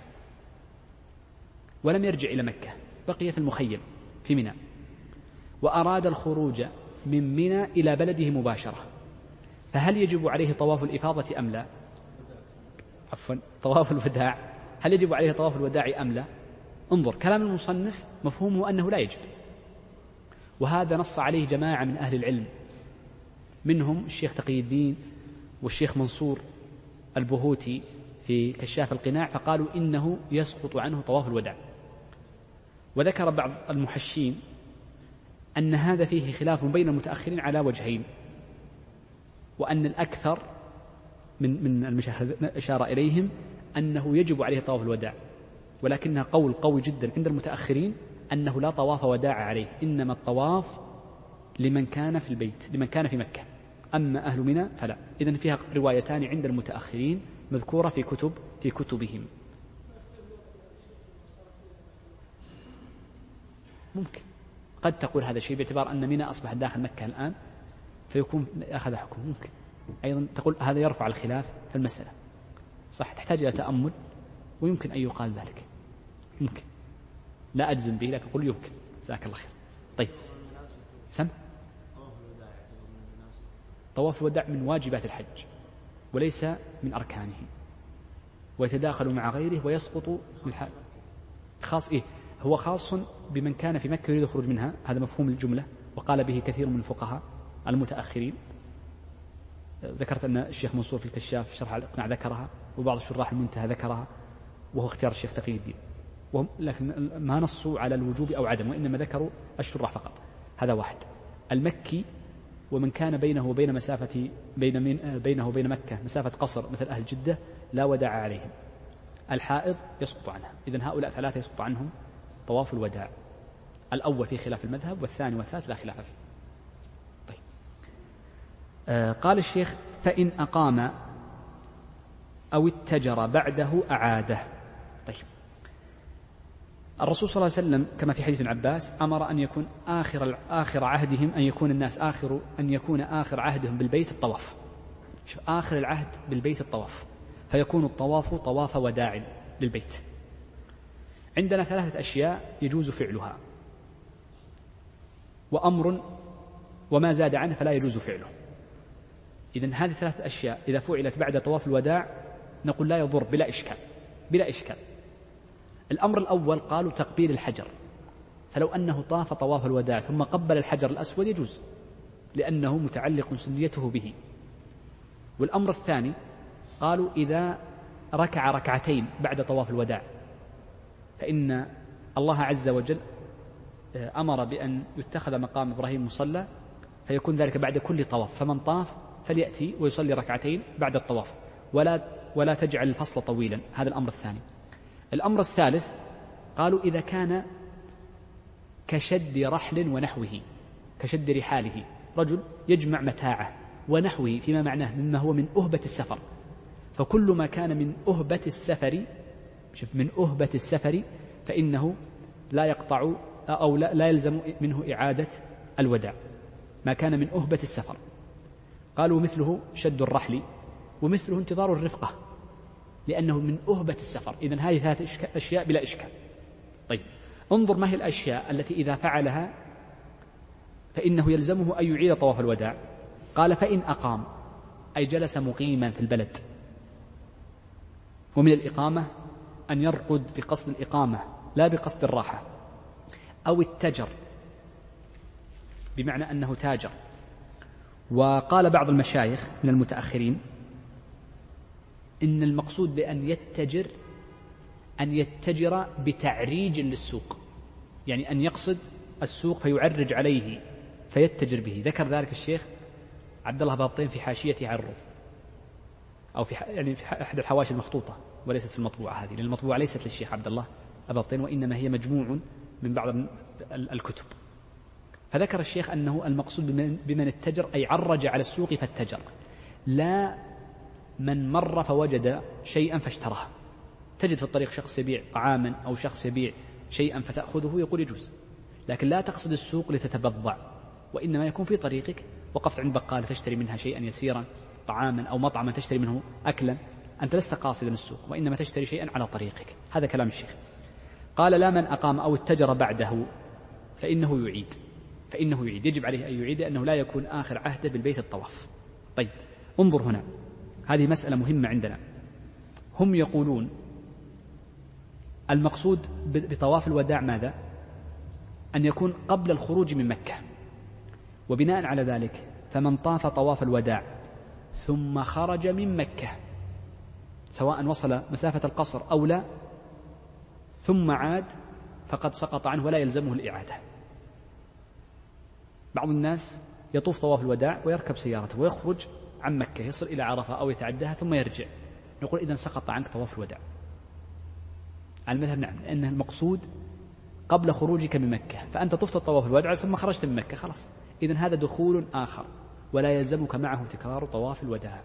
ولم يرجع إلى مكة، بقي في المخيم في منى، وأراد الخروج من منى إلى بلده مباشرة، فهل يجب عليه طواف الإفاضة أم لا؟ عفوا، طواف الوداع، هل يجب عليه طواف الوداع أم لا؟ انظر كلام المصنف مفهومه أنه لا يجب، وهذا نص عليه جماعة من أهل العلم، منهم الشيخ تقي الدين والشيخ منصور البهوتي في كشاف القناع، فقالوا إنه يسقط عنه طواف الوداع. وذكر بعض المحشين أن هذا فيه خلاف بين المتأخرين على وجهين، وأن الأكثر من المشايخ أشار إليهم أنه يجب عليه طواف الوداع، ولكنها قول قوي جدا عند المتأخرين أنه لا طواف وداع عليه، إنما الطواف لمن كان في البيت، لمن كان في مكة، أما أهل منى فلا. إذن فيها روايتان عند المتأخرين مذكورة في كتبهم. ممكن قد تقول هذا الشيء باعتبار أن منى أصبحت داخل مكة الآن فيكون أخذ حكم، ممكن أيضا تقول هذا يرفع الخلاف في المسألة، صح، تحتاج إلى تأمل ويمكن أن يقال ذلك، ممكن، لا أجزم به لكن أقول يمكن. جزاك الله خير. طيب سم طواف الوداع من واجبات الحج وليس من أركانه، ويتداخل مع غيره ويسقط خاص هو خاص بمن كان في مكة يريد الخروج منها، هذا مفهوم الجملة، وقال به كثير من الفقهاء المتأخرين. ذكرت أن الشيخ منصور في الكشاف شرح الإقناع ذكرها، وبعض الشراح المنتهى ذكرها، وهو اختيار الشيخ تقي الدين، لكن ما نصوا على الوجوب أو عدم، وإنما ذكروا الشراح فقط. هذا واحد. المكي ومن كان بينه وبين بينه وبين مكة مسافة قصر مثل أهل جدة لا وداع عليهم. الحائض يسقط عنها. إذن هؤلاء ثلاثة يسقط عنهم طواف الوداع. الأول في خلاف المذهب، والثاني والثالث لا خلاف فيه. طيب. قال الشيخ: فإن أقام أو اتجر بعده أعاده. طيب. الرسول صلى الله عليه وسلم كما في حديث عباس أمر أن يكون آخر عهدهم أن يكون آخر عهدهم بالبيت الطواف. آخر العهد بالبيت الطواف، فيكون الطواف طواف وداع للبيت. عندنا ثلاثة أشياء يجوز فعلها، وأمر وما زاد عنه فلا يجوز فعله. إذن هذه ثلاثة أشياء إذا فعلت بعد طواف الوداع نقول لا يضر بلا إشكال. الأمر الأول قالوا تقبيل الحجر، فلو أنه طاف طواف الوداع ثم قبل الحجر الأسود يجوز، لأنه متعلق سنيته به. والأمر الثاني قالوا إذا ركع ركعتين بعد طواف الوداع، فإن الله عز وجل أمر بأن يتخذ مقام إبراهيم مصلى، فيكون ذلك بعد كل طواف، فمن طاف فليأتي ويصلي ركعتين بعد الطواف، ولا تجعل الفصل طويلا. هذا الأمر الثاني. الأمر الثالث قالوا إذا كان كشد رحل ونحوه، كشد رحاله، رجل يجمع متاعه ونحوه فيما معناه مما هو من أهبة السفر، فكل ما كان من أهبة السفر فإنه لا يقطع أو لا يلزم منه إعادة الوداع، ما كان من أهبة السفر. قالوا مثله شد الرحل، ومثله انتظار الرفقة، لأنه من أهبة السفر. إذن هذه ثلاث أشياء بلا إشكال. طيب، انظر ما هي الأشياء التي إذا فعلها فإنه يلزمه أن يعيد طواف الوداع. قال: فإن أقام، أي جلس مقيما في البلد، ومن الإقامة أن يرقد بقصد الإقامة لا بقصد الراحة، أو اتجر بمعنى أنه تاجر. وقال بعض المشايخ من المتأخرين إن المقصود بأن يتجر بتعريج للسوق، يعني أن يقصد السوق فيعرج عليه فيتجر به. ذكر ذلك الشيخ عبد الله بابطين في حاشيته على الروض، أو في أحد الحواشي المخطوطة، وليست في المطبوعة هذه، لأن المطبوعة ليست للشيخ عبد الله بابطين، وإنما هي مجموع من بعض الكتب. فذكر الشيخ أنه المقصود بمن اتجر أي عرج على السوق فاتجر، لا من مر فوجد شيئا فاشتراه. تجد في الطريق شخص يبيع طعاما أو شخص يبيع شيئا فتأخذه، يقول يجوز، لكن لا تقصد السوق لتتبضع، وإنما يكون في طريقك وقفت عند بقالة تشتري منها شيئا يسيرا طعاما أو مطعما تشتري منه أكلا، أنت لست قاصدا السوق وإنما تشتري شيئا على طريقك. هذا كلام الشيخ. قال لا من أقام أو اتجر بعده فإنه يعيد، يجب عليه أن يعيد لأنه لا يكون آخر عهده بالبيت الطواف. طيب انظر هنا، هذه مسألة مهمة عندنا. هم يقولون المقصود بطواف الوداع ماذا؟ أن يكون قبل الخروج من مكة، وبناء على ذلك فمن طاف طواف الوداع ثم خرج من مكة سواء وصل مسافة القصر أو لا ثم عاد فقد سقط عنه ولا يلزمه الإعادة. بعض الناس يطوف طواف الوداع ويركب سيارته ويخرج عن مكة يصل إلى عرفة أو يتعداها ثم يرجع، نقول إذن سقط عنك طواف الوداع. على المذهب نعم، لأن المقصود قبل خروجك من مكة، فأنت طفت طواف الوداع ثم خرجت من مكة خلاص، إذن هذا دخول آخر ولا يلزمك معه تكرار طواف الوداع.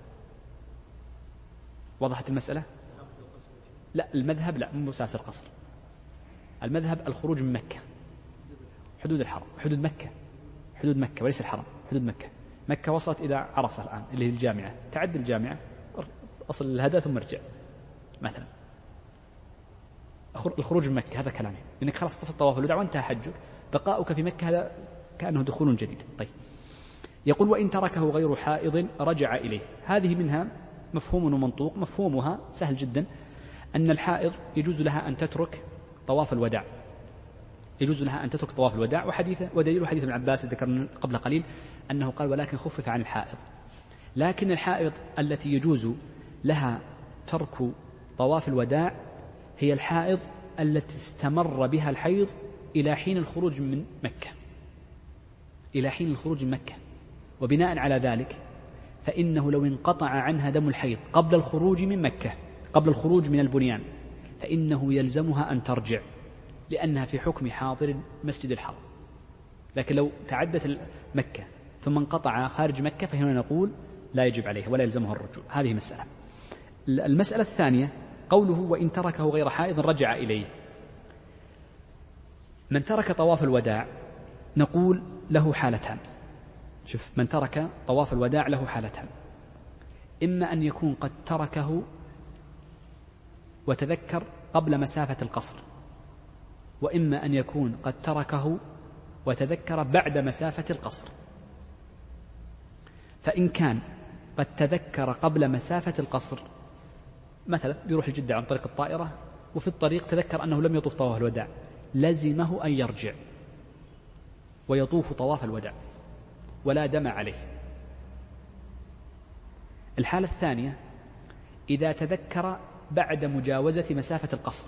وضحت المسألة؟ لا المذهب لا، مو مسافة القصر، المذهب الخروج من مكة، حدود الحرم، حدود مكة وليس الحرم، حدود مكة. مكة وصلت إلى عرفة الآن اللي هي الجامعة، تعد الجامعة أصل الهدى ثم ارجع مثلا. الخروج من مكة هذا كلامي، إنك خلاص طفت طواف الوداع وانتهى حجك، بقاؤك في مكة هذا كأنه دخول جديد. طيب يقول وإن تركه غير حائض رجع إليه. هذه منها مفهوم ومنطوق. مفهومها سهل جدا، أن الحائض يجوز لها أن تترك طواف الوداع، يجوز لها أن تترك طواف الوداع، وحديثه ودليل حديث ابن عباس ذكرنا قبل قليل أنه قال ولكن خفف عن الحائض. لكن الحائض التي يجوز لها ترك طواف الوداع هي الحائض التي استمر بها الحيض إلى حين الخروج من مكة، إلى حين الخروج من مكة. وبناء على ذلك فإنه لو انقطع عنها دم الحيض قبل الخروج من مكة، قبل الخروج من البنيان، فإنه يلزمها أن ترجع لأنها في حكم حاضر مسجد الحرم. لكن لو تعدت مكة ثم انقطع خارج مكة فهنا نقول لا يجب عليه ولا يلزمه الرجوع. هذه مسألة. المسألة الثانية قوله وإن تركه غير حائض رجع إليه. من ترك طواف الوداع نقول له حالتان. شوف، من ترك طواف الوداع له حالتان، إما أن يكون قد تركه وتذكر قبل مسافة القصر، وإما أن يكون قد تركه وتذكر بعد مسافة القصر. فإن كان قد تذكر قبل مسافة القصر، مثلا يروح الجدة عن طريق الطائرة وفي الطريق تذكر أنه لم يطوف طواف الوداع، لزمه أن يرجع ويطوف طواف الوداع ولا دم عليه. الحالة الثانية إذا تذكر بعد مجاوزة مسافة القصر،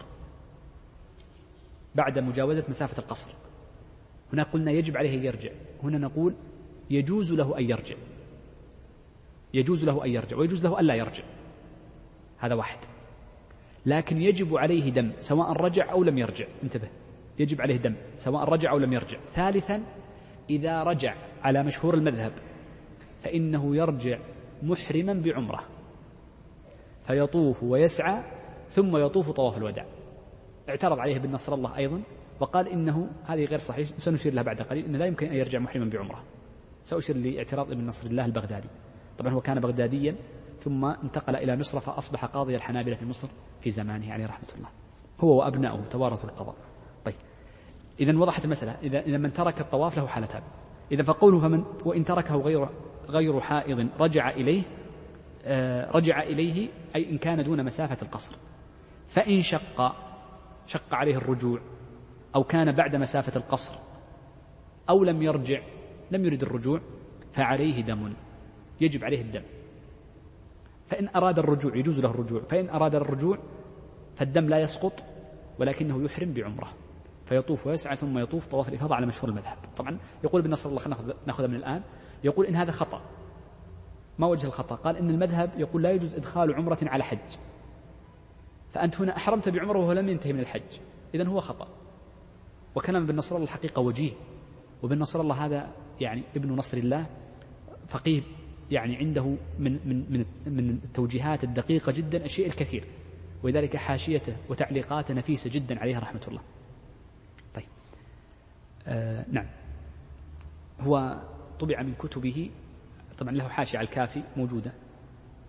بعد مجاوزة مسافة القصر، هنا قلنا يجب عليه أن يرجع، هنا نقول يجوز له أن يرجع، يجوز له أن يرجع ويجوز له أن لا يرجع. هذا واحد. لكن يجب عليه دم سواء رجع أو لم يرجع، انتبه، يجب عليه دم سواء رجع أو لم يرجع. ثالثا إذا رجع على مشهور المذهب فإنه يرجع محرما بعمرة فيطوف ويسعى ثم يطوف طواف الوداع. اعترض عليه ابن نصر الله أيضا وقال إنه هذه غير صحيح، سنشير لها بعد قليل، إنه لا يمكن أن يرجع محرما بعمرة. سأشير لاعتراض ابن نصر الله البغدادي. طبعا هو كان بغداديا ثم انتقل إلى مصر فأصبح قاضي الحنابلة في مصر في زمانه عليه رحمة الله، هو وأبنائه توارثوا القضاء. طيب إذن وضحت المسألة. إذا من ترك الطواف له حالتان. إذا فقوله فمن وإن تركه غير حائض رجع إليه، رجع إليه أي إن كان دون مسافة القصر. فإن شق عليه الرجوع أو كان بعد مسافة القصر أو لم يرجع، لم يرد الرجوع، فعليه دم، يجب عليه الدم. فإن أراد الرجوع يجوز له الرجوع، فإن أراد الرجوع فالدم لا يسقط ولكنه يحرم بعمرة فيطوف ويسعى ثم يطوف طواف الإفاضة على مشهور المذهب. طبعا يقول ابن نصر الله، خلينا نأخذ من الآن، يقول إن هذا خطأ. ما وجه الخطأ؟ قال إن المذهب يقول لا يجوز إدخال عمرة على حج، فأنت هنا أحرمت بعمرة وهو لم ينتهي من الحج، إذن هو خطأ. وكلام ابن نصر الله الحقيقة وجيه، وابن نصر الله هذا يعني ابن نصر الله فقيه، يعني عنده من التوجيهات الدقيقة جدا الشيء الكثير، ولذلك حاشيته وتعليقاته نفيسة جدا عليها رحمة الله. طيب نعم، هو طبع من كتبه، طبعا له حاشية على الكافي موجودة،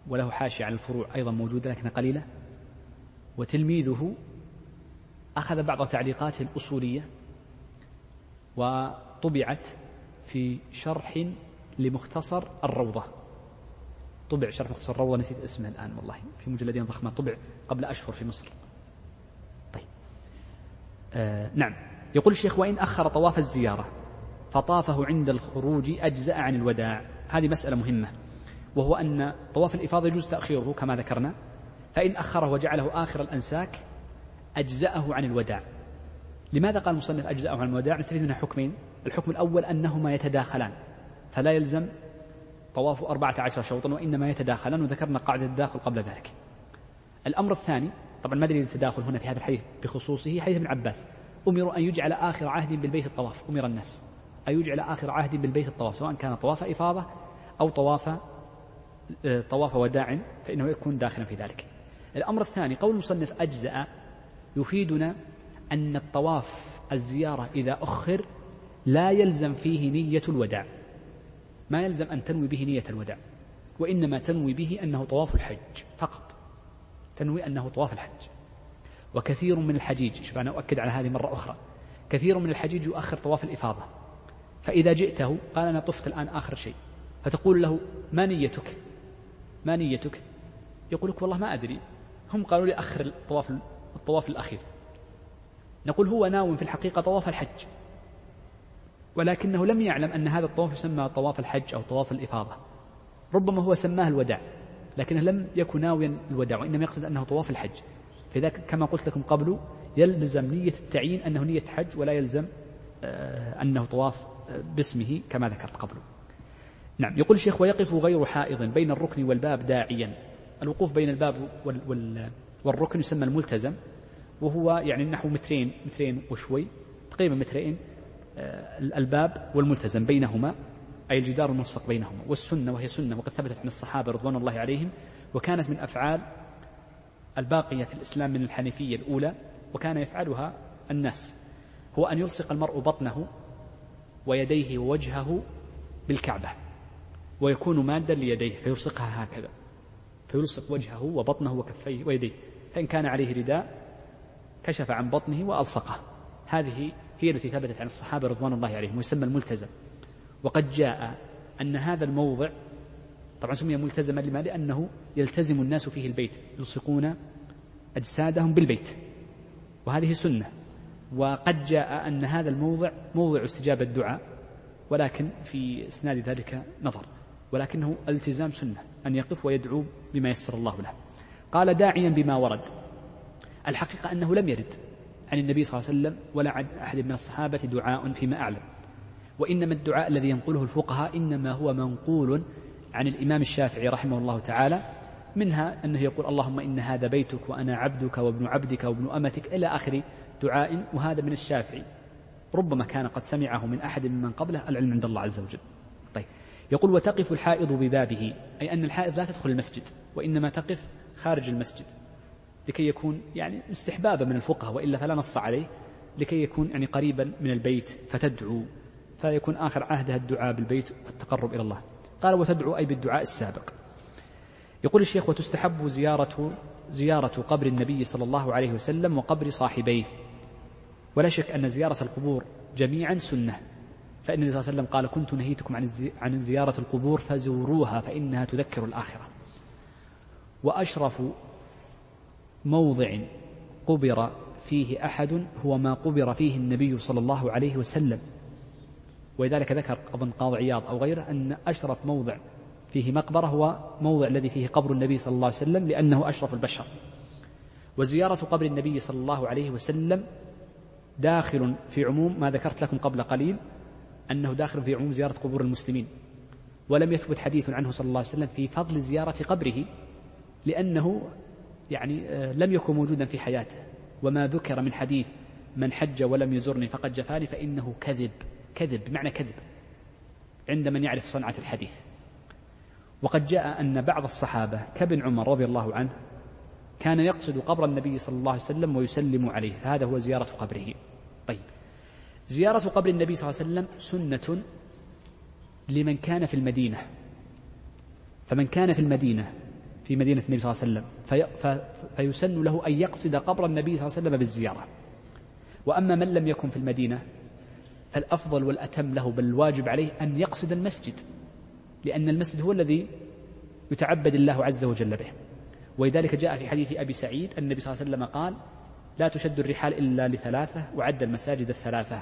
وله حاشية على الفروع أيضا موجودة لكنها قليلة، وتلميذه أخذ بعض تعليقاته الأصولية وطبعت في شرح لمختصر الروضة. طبع شرح مختصر الروضة، نسيت اسمه الآن والله، في مجلدين ضخمة، طبع قبل أشهر في مصر. طيب نعم. يقول الشيخ: وإن أخر طواف الزيارة فطافه عند الخروج أجزأ عن الوداع. هذه مسألة مهمة، وهو أن طواف الإفاضة يجوز تأخيره كما ذكرنا، فإن أخره وجعله آخر الأنساك أجزأه عن الوداع. لماذا قال المصنف أجزأه عن الوداع؟ نستفيد منها حكمين. الحكم الأول أنهما يتداخلان، فلا يلزم طواف 14 شوطا، وإنما يتداخلان، وذكرنا قاعدة التداخل قبل ذلك. الأمر الثاني، طبعا ما دليل التداخل هنا في هذا الحديث بخصوصه؟ حديث ابن عباس: أمروا أن يجعل آخر عهد بالبيت الطواف. أمر الناس أن يجعل آخر عهد بالبيت الطواف، سواء كان طواف إفاضة أو طواف وداع، فإنه يكون داخلا في ذلك. الأمر الثاني، قول المصنف أجزأ، يفيدنا أن الطواف الزيارة إذا أخر لا يلزم فيه نية الوداع، ما يلزم أن تنوي به نية الوداع، وإنما تنوي به أنه طواف الحج فقط، تنوي أنه طواف الحج. وكثير من الحجيج، شوف أنا أؤكد على هذه مرة أخرى، كثير من الحجيج يؤخر طواف الإفاضة، فإذا جئته قال أنا طفت الآن آخر شيء، فتقول له: ما نيتك؟ ما نيتك؟ يقول لك: والله ما أدري، هم قالوا لي أخر الطواف الأخير. نقول: هو ناو في الحقيقة طواف الحج، ولكنه لم يعلم أن هذا الطواف يسمى طواف الحج أو طواف الإفاضة، ربما هو سماه الوداع لكنه لم يكن ناويا الوداع، وإنما يقصد أنه طواف الحج. فذلك كما قلت لكم قبل، يلزم نية التعيين أنه نية حج، ولا يلزم أنه طواف باسمه كما ذكرت قبل. نعم. يقول الشيخ: ويقف غير حائض بين الركن والباب داعيا. الوقوف بين الباب والركن يسمى الملتزم، وهو يعني نحو مترين وشوي، تقريبا مترين، الباب والملتزم بينهما، أي الجدار الملصق بينهما. والسنة، وهي سنة وقد ثبتت عن الصحابة رضوان الله عليهم، وكانت من أفعال الباقية في الإسلام من الحنيفية الأولى، وكان يفعلها الناس، هو أن يلصق المرء بطنه ويديه ووجهه بالكعبة، ويكون مادا ليديه فيلصقها هكذا، فيلصق وجهه وبطنه وكفيه ويديه، فإن كان عليه رداء كشف عن بطنه وألصقه. هذه هي التي ثبتت عن الصحابة رضوان الله عليهم، ويسمى الملتزم. وقد جاء أن هذا الموضع طبعا سمي ملتزما لما؟ لأنه يلتزم الناس فيه البيت، يلصقون أجسادهم بالبيت، وهذه سنة. وقد جاء أن هذا الموضع موضع استجابة الدعاء، ولكن في إسناد ذلك نظر، ولكنه الالتزام سنة، أن يقف ويدعو بما يسر الله له. قال: داعيا بما ورد. الحقيقة أنه لم يرد عن النبي صلى الله عليه وسلم ولا عن أحد من الصحابة دعاء فيما أعلم، وإنما الدعاء الذي ينقله الفقهاء إنما هو منقول عن الإمام الشافعي رحمه الله تعالى، منها أنه يقول: اللهم إن هذا بيتك وأنا عبدك وابن عبدك وابن أمتك، إلى آخر دعاء، وهذا من الشافعي، ربما كان قد سمعه من أحد ممن قبله، العلم عند الله عز وجل. طيب. يقول: وتقف الحائض ببابه، أي أن الحائض لا تدخل المسجد، وإنما تقف خارج المسجد، لكي يكون يعني استحبابا من الفقهاء، وإلا فلا نص عليه، لكي يكون يعني قريبا من البيت فتدعو، فيكون آخر عهدها الدعاء بالبيت والتقرب إلى الله. قال: وتدعو أي بالدعاء السابق. يقول الشيخ: وتستحب زيارة قبر النبي صلى الله عليه وسلم وقبر صاحبيه. ولا شك أن زيارة القبور جميعا سنة، فإن النبي صلى الله عليه وسلم قال: كنت نهيتكم عن زيارة القبور فزوروها فإنها تذكر الآخرة. وأشرف موضع قبر فيه أحد هو ما قبر فيه النبي صلى الله عليه وسلم، ولذلك ذكر أظن قاضي عياض أو غيره أن أشرف موضع فيه مقبرة هو موضع الذي فيه قبر النبي صلى الله عليه وسلم، لأنه أشرف البشر. وزيارة قبر النبي صلى الله عليه وسلم داخل في عموم ما ذكرت لكم قبل قليل، أنه داخل في عموم زيارة قبور المسلمين، ولم يثبت حديث عنه صلى الله عليه وسلم في فضل زيارة قبره، لأنه يعني لم يكن موجودا في حياته. وما ذكر من حديث من حج ولم يزرني فقد جفاني فإنه كذب بمعنى كذب عند من يعرف صنعة الحديث. وقد جاء أن بعض الصحابة كابن عمر رضي الله عنه كان يقصد قبر النبي صلى الله عليه وسلم ويسلم عليه، فهذا هو زيارة قبره. طيب. زيارة قبر النبي صلى الله عليه وسلم سنة لمن كان في المدينة، فمن كان في المدينة في مدينة النبي صلى الله عليه وسلم فيسن له أن يقصد قبر النبي صلى الله عليه وسلم بالزيارة. وأما من لم يكن في المدينة فالأفضل والأتم له بل الواجب عليه أن يقصد المسجد، لأن المسجد هو الذي يتعبد الله عز وجل به. ولذلك جاء في حديث أبي سعيد النبي صلى الله عليه وسلم قال: لا تشد الرحال إلا لثلاثة، وعد المساجد الثلاثة.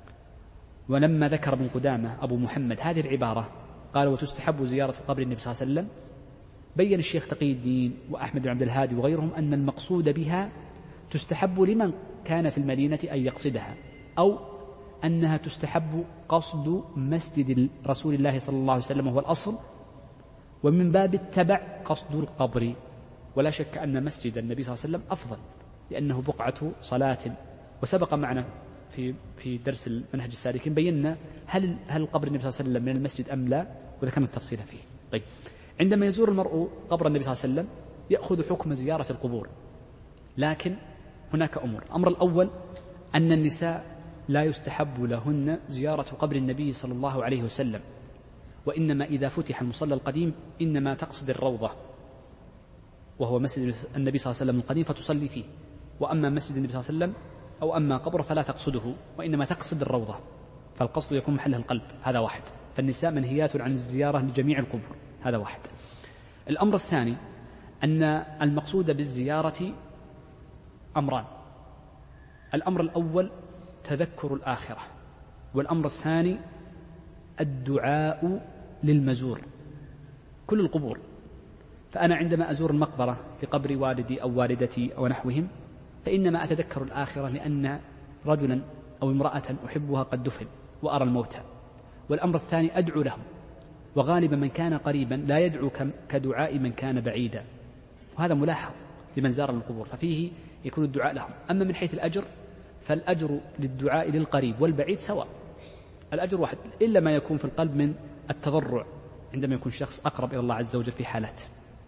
ولما ذكر ابن قدامة أبو محمد هذه العبارة قال: وتستحب زيارة قبر النبي صلى الله عليه وسلم، بين الشيخ تقي الدين وأحمد بن عبد الهادي وغيرهم أن المقصود بها تستحب لمن كان في المدينة أن يقصدها، أو أنها تستحب قصد مسجد رسول الله صلى الله عليه وسلم وهو الأصل، ومن باب التبع قصد القبر. ولا شك أن مسجد النبي صلى الله عليه وسلم أفضل، لأنه بقعة صلاة. وسبق معنا في درس المنهج السالكين بينا هل قبر النبي صلى الله عليه وسلم من المسجد أم لا، وذكرنا التفصيل فيه. طيب، عندما يزور المرء قبر النبي صلى الله عليه وسلم يأخذ حكم زيارة القبور، لكن هناك أمور. الأمر الأول أن النساء لا يستحب لهن زيارة قبر النبي صلى الله عليه وسلم، وإنما إذا فتح المصلى القديم إنما تقصد الروضة، وهو مسجد النبي صلى الله عليه وسلم القديم، فتصلي فيه. وأما مسجد النبي صلى الله عليه وسلم أو أما قبره فلا تقصده، وإنما تقصد الروضة، فالقصد يكون محلها القلب. هذا واحد. فالنساء منهيات عن الزيارة لجميع القبور، هذا واحد. الأمر الثاني أن المقصود بالزيارة أمران: الأمر الأول تذكر الآخرة، والأمر الثاني الدعاء للمزور. كل القبور، فأنا عندما أزور المقبرة لقبر والدي أو والدتي أو نحوهم فإنما أتذكر الآخرة، لأن رجلا أو امرأة أحبها قد دفن وأرى الموتى. والأمر الثاني أدعو لهم، وغالبا من كان قريبا لا يدعو كدعاء من كان بعيدا، وهذا ملاحظ لمن زار القبور، ففيه يكون الدعاء لهم. أما من حيث الأجر فالأجر للدعاء للقريب والبعيد سواء، الأجر واحد، إلا ما يكون في القلب من التضرع عندما يكون شخص أقرب إلى الله عز وجل في حالات.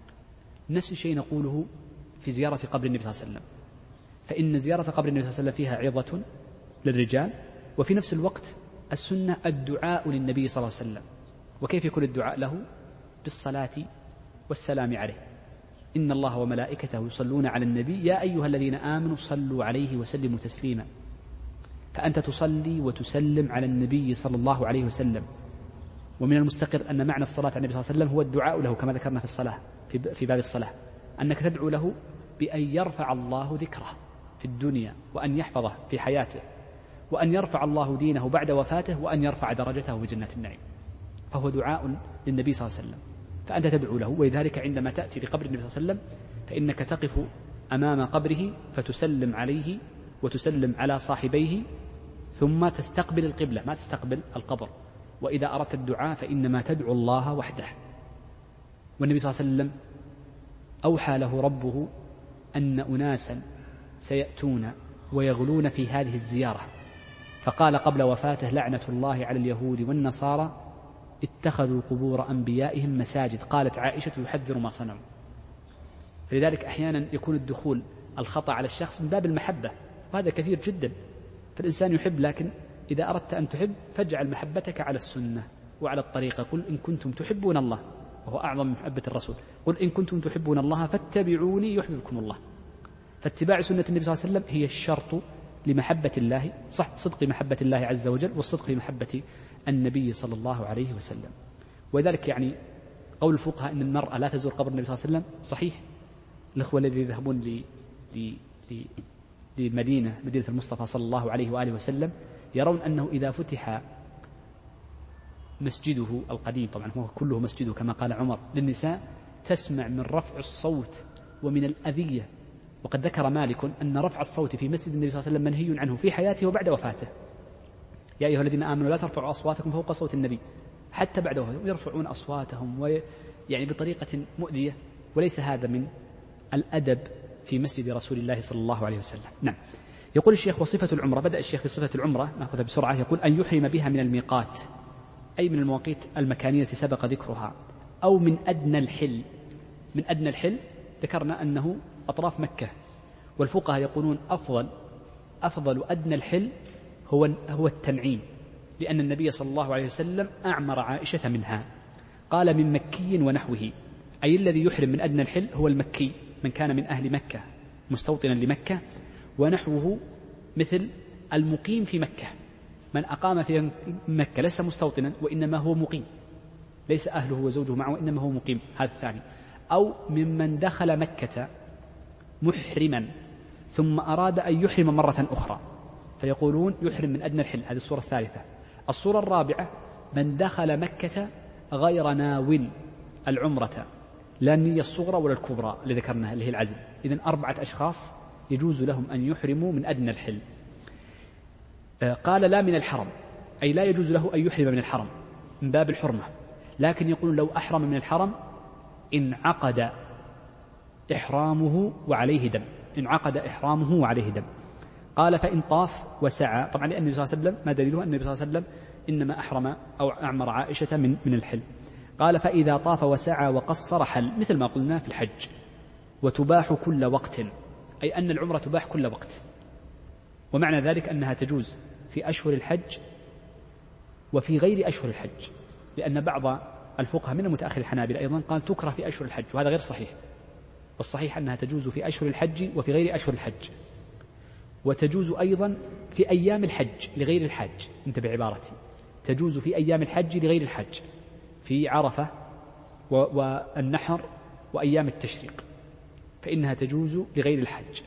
نفس الشيء نقوله في زيارة قبر النبي صلى الله عليه وسلم، فإن زيارة قبر النبي صلى الله عليه وسلم فيها عظة للرجال، وفي نفس الوقت السنة الدعاء للنبي صلى الله عليه وسلم. وكيف يكون الدعاء له؟ بالصلاة والسلام عليه. إن الله وملائكته يصلون على النبي يا أيها الذين آمنوا صلوا عليه وسلموا تسليما. فأنت تصلي وتسلم على النبي صلى الله عليه وسلم. ومن المستقر أن معنى الصلاة على النبي صلى الله عليه وسلم هو الدعاء له، كما ذكرنا في الصلاة في باب الصلاة، أنك تدعو له بأن يرفع الله ذكره في الدنيا، وأن يحفظه في حياته، وأن يرفع الله دينه بعد وفاته، وأن يرفع درجته في جنة النعيم. فهو دعاء للنبي صلى الله عليه وسلم، فأنت تدعو له. ولذلك عندما تأتي لقبر النبي صلى الله عليه وسلم فإنك تقف أمام قبره فتسلم عليه وتسلم على صاحبيه، ثم تستقبل القبلة، ما تستقبل القبر. وإذا أردت الدعاء فإنما تدعو الله وحده. والنبي صلى الله عليه وسلم أوحى له ربه أن أناسا سيأتون ويغلون في هذه الزيارة، فقال قبل وفاته: لعنة الله على اليهود والنصارى اتخذوا قبور أنبيائهم مساجد. قالت عائشة: يحذر ما صنعوا. فلذلك أحيانا يكون الدخول الخطأ على الشخص من باب المحبة، وهذا كثير جدا. فالإنسان يحب، لكن إذا أردت أن تحب فاجعل محبتك على السنة وعلى الطريقة. قل إن كنتم تحبون الله، وهو أعظم من محبة الرسول. قل إن كنتم تحبون الله فاتبعوني يحببكم الله. فاتباع سنة النبي صلى الله عليه وسلم هي الشرط لمحبة الله، صدق محبة الله عز وجل، والصدق في محبة النبي صلى الله عليه وسلم. ولذلك يعني قول الفقهاء أن المرأة لا تزور قبر النبي صلى الله عليه وسلم صحيح. الأخوة الذين يذهبون لمدينة المصطفى صلى الله عليه وآله وسلم يرون أنه إذا فتح مسجده القديم، طبعا هو كله مسجده كما قال عمر، للنساء تسمع من رفع الصوت ومن الأذية. وقد ذكر مالك أن رفع الصوت في مسجد النبي صلى الله عليه وسلم منهي عنه في حياته وبعد وفاته. يا أيها الذين آمنوا لا ترفعوا أصواتكم فوق صوت النبي، حتى بعد وفاته يرفعون أصواتهم يعني بطريقة مؤذية، وليس هذا من الأدب في مسجد رسول الله صلى الله عليه وسلم. نعم. يقول الشيخ: وصفة العمرة. بدأ الشيخ في صفة العمرة، نأخذها بسرعة. يقول: أن يحرم بها من الميقات، أي من المواقيت المكانية سبق ذكرها، أو من أدنى الحل. من أدنى الحل ذكرنا أنه أطراف مكة، والفقهاء يقولون أفضل أدنى الحل هو التنعيم، لأن النبي صلى الله عليه وسلم أعمر عائشة منها. قال: من مكي ونحوه، أي الذي يحرم من أدنى الحل هو المكي من كان من أهل مكة مستوطنا لمكة، ونحوه مثل المقيم في مكة، من أقام في مكة ليس مستوطنا وإنما هو مقيم، ليس أهله وزوجه معه وإنما هو مقيم، هذا الثاني. أو ممن دخل مكة محرما ثم أراد أن يحرم مرة أخرى، فيقولون يحرم من أدنى الحل، هذه الصورة الثالثة. الصورة الرابعة من دخل مكة غير ناو العمرة، لا النية الصغرى ولا الكبرى اللي ذكرناها اللي هي العزم. إذن 4 أشخاص يجوز لهم أن يحرموا من أدنى الحل. قال لا من الحرم، أي لا يجوز له أن يحرم من الحرم من باب الحرمة، لكن يقول لو أحرم من الحرم انعقد إحرامه وعليه دم، انعقد إحرامه وعليه دم. قال فإن طاف وسعى، طبعا لأن النبي صلى الله عليه وسلم ما دليله؟ أن النبي صلى الله عليه وسلم إنما أحرم أو أعمر عائشة من الحل. قال فإذا طاف وسعى وقصر حل، مثل ما قلنا في الحج. وتباح كل وقت، أي أن العمرة تباح كل وقت، ومعنى ذلك أنها تجوز في أشهر الحج وفي غير أشهر الحج، لأن بعض الفقهاء من المتأخر الحنابلة أيضا قال تكره في أشهر الحج، وهذا غير صحيح. والصحيح أنها تجوز في أشهر الحج وفي غير أشهر الحج، وتجوز أيضا في أيام الحج لغير الحاج. انتبه عبارتي، تجوز في أيام الحج لغير الحج، في عرفة والنحر وأيام التشريق، فإنها تجوز لغير الحج.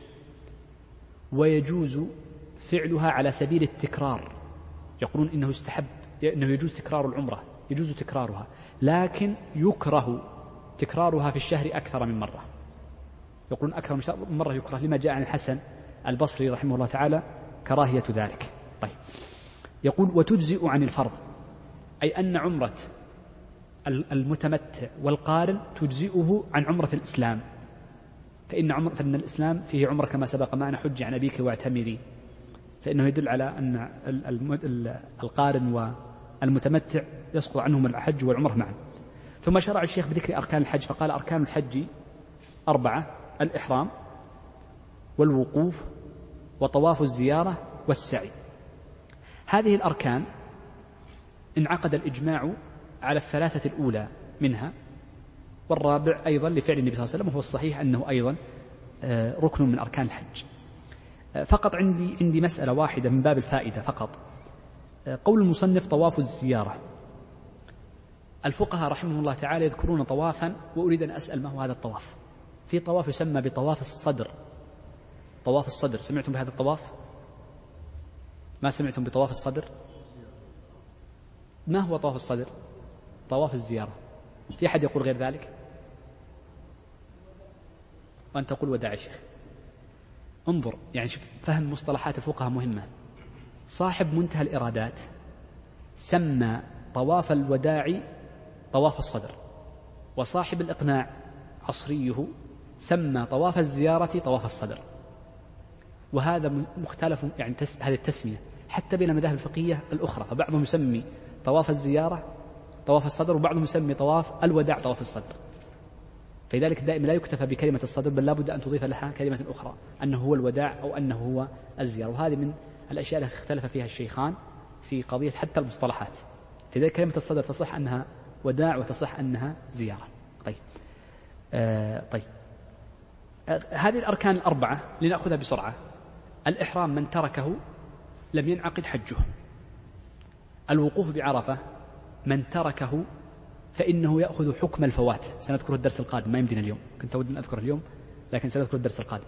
ويجوز فعلها على سبيل التكرار، يقولون إنه يستحب، إنه يجوز تكرار العمرة، يجوز تكرارها، لكن يكره تكرارها في الشهر أكثر من مرة. يقولون أكثر من مرة يكره، لما جاء عن الحسن البصري رحمه الله تعالى كراهية ذلك. طيب، يقول وتجزئ عن الفرض، أي أن عمرة المتمتع والقارن تجزئه عن عمرة الإسلام، فإن الإسلام فيه عمرة كما سبق معنا، حج عن أبيك واعتمري، فإنه يدل على أن القارن والمتمتع يسقط عنهم الحج والعمرة معا. ثم شرع الشيخ بذكر أركان الحج، فقال أركان الحج 4: الإحرام والوقوف وطواف الزيارة والسعي. هذه الأركان انعقد الإجماع على 3 الأولى منها، والرابع أيضا لفعل النبي صلى الله عليه وسلم، وهو الصحيح أنه أيضا ركن من أركان الحج. فقط عندي مسألة واحدة من باب الفائدة فقط. قول المصنف طواف الزيارة، الفقهاء رحمه الله تعالى يذكرون طوافا، وأريد أن أسأل ما هو هذا الطواف. في طواف يسمى بطواف الصدر، طواف الصدر، سمعتم بهذا الطواف؟ ما سمعتم بطواف الصدر؟ ما هو طواف الصدر؟ طواف الزيارة. في أحد يقول غير ذلك؟ وأنت تقول وداع يا شيخ. انظر، يعني شوف، فهم مصطلحات الفقهاء مهمة. صاحب منتهى الإرادات سمى طواف الوداع طواف الصدر، وصاحب الإقناع عصريه سمى طواف الزيارة طواف الصدر، وهذا مختلف، يعني هذه التسمية حتى بين المذاهب الفقهية الأخرى، فبعضهم يسمي طواف الزيارة طواف الصدر، وبعضهم يسمي طواف الوداع طواف الصدر. فلذلك دائما لا يكتفى بكلمة الصدر، بل لابد أن تضيف لها كلمة أخرى، أنه هو الوداع أو أنه هو الزيارة. وهذه من الأشياء التي اختلف فيها الشيخان في قضية حتى المصطلحات. لذلك كلمة الصدر تصح أنها وداع وتصح أنها زيارة. طيب. هذه الأركان 4 لنأخذها بسرعة. الإحرام من تركه لم ينعقد حجه. الوقوف بعرفة من تركه فإنه يأخذ حكم الفوات، سنذكره الدرس القادم، ما يمدينا اليوم، كنت أود أن أذكر اليوم لكن سنذكر الدرس القادم.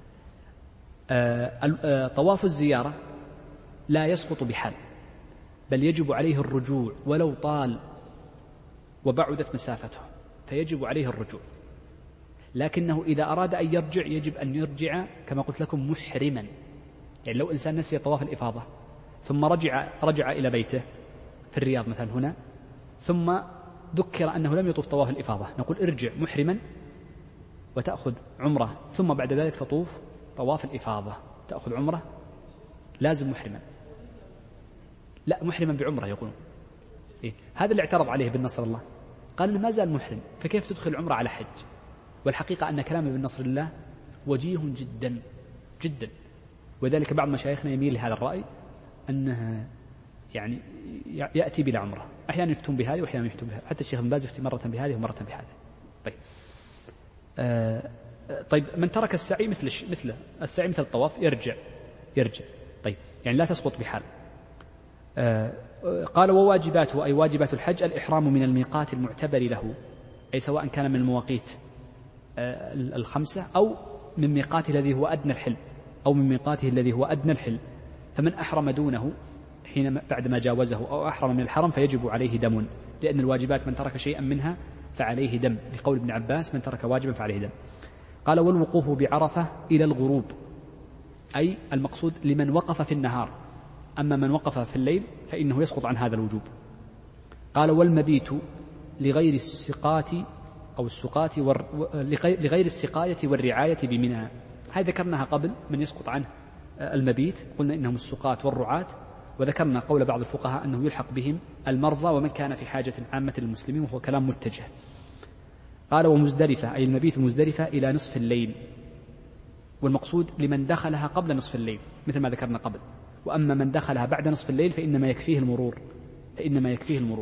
طواف الزيارة لا يسقط بحال، بل يجب عليه الرجوع ولو طال وبعدت مسافته، فيجب عليه الرجوع، لكنه إذا أراد أن يرجع يجب أن يرجع كما قلت لكم محرما. يعني لو إنسان نسي طواف الإفاضة ثم رجع إلى بيته في الرياض مثلا هنا، ثم ذكر أنه لم يطوف طواف الإفاضة، نقول ارجع محرما وتأخذ عمرة، ثم بعد ذلك تطوف طواف الإفاضة، تأخذ عمرة، لازم محرما. لا، محرما بعمرة يقولون. هذا اللي اعترض عليه بن نصر الله، قال إنه ما زال محرم، فكيف تدخل عمرة على حج؟ والحقيقة أن كلام ابن نصر الله وجيه جدا جدا، وذلك بعض مشايخنا يميل لهذا الرأي، أنه يعني يأتي بلا عمرة. أحيانا يفتون بهذه وأحيانا يفتون بهذه، حتى الشيخ بن باز يفتي مرة بهذه ومرة بهذه. طيب طيب من ترك السعي مثل السعي مثل الطواف يرجع طيب يعني لا تسقط بحال. قال وواجباته أي واجبات الحج الإحرام من الميقات المعتبر له، أي سواء كان من المواقيت 5 أو من ميقاته الذي هو أدنى الحل أو من ميقاته الذي هو أدنى الحل. فمن أحرم دونه حين بعدما جاوزه أو أحرم من الحرم فيجب عليه دم، لأن الواجبات من ترك شيئا منها فعليه دم، لقول ابن عباس من ترك واجبا فعليه دم. قال والوقوف بعرفة إلى الغروب، أي المقصود لمن وقف في النهار، أما من وقف في الليل فإنه يسقط عن هذا الوجوب. قال والمبيت لغير السقاة أو السقاة لغير السقاية والرعاية بمنى، هذه ذكرناها قبل من يسقط عنه المبيت، قلنا إنهم السقاة والرعاة، وذكرنا قول بعض الفقهاء أنه يلحق بهم المرضى ومن كان في حاجة عامة للمسلمين، وهو كلام متجه. قال ومزدلفة أي المبيت مزدلفة إلى نصف الليل، والمقصود لمن دخلها قبل نصف الليل مثل ما ذكرنا قبل، وأما من دخلها بعد نصف الليل فإنما يكفيه المرور.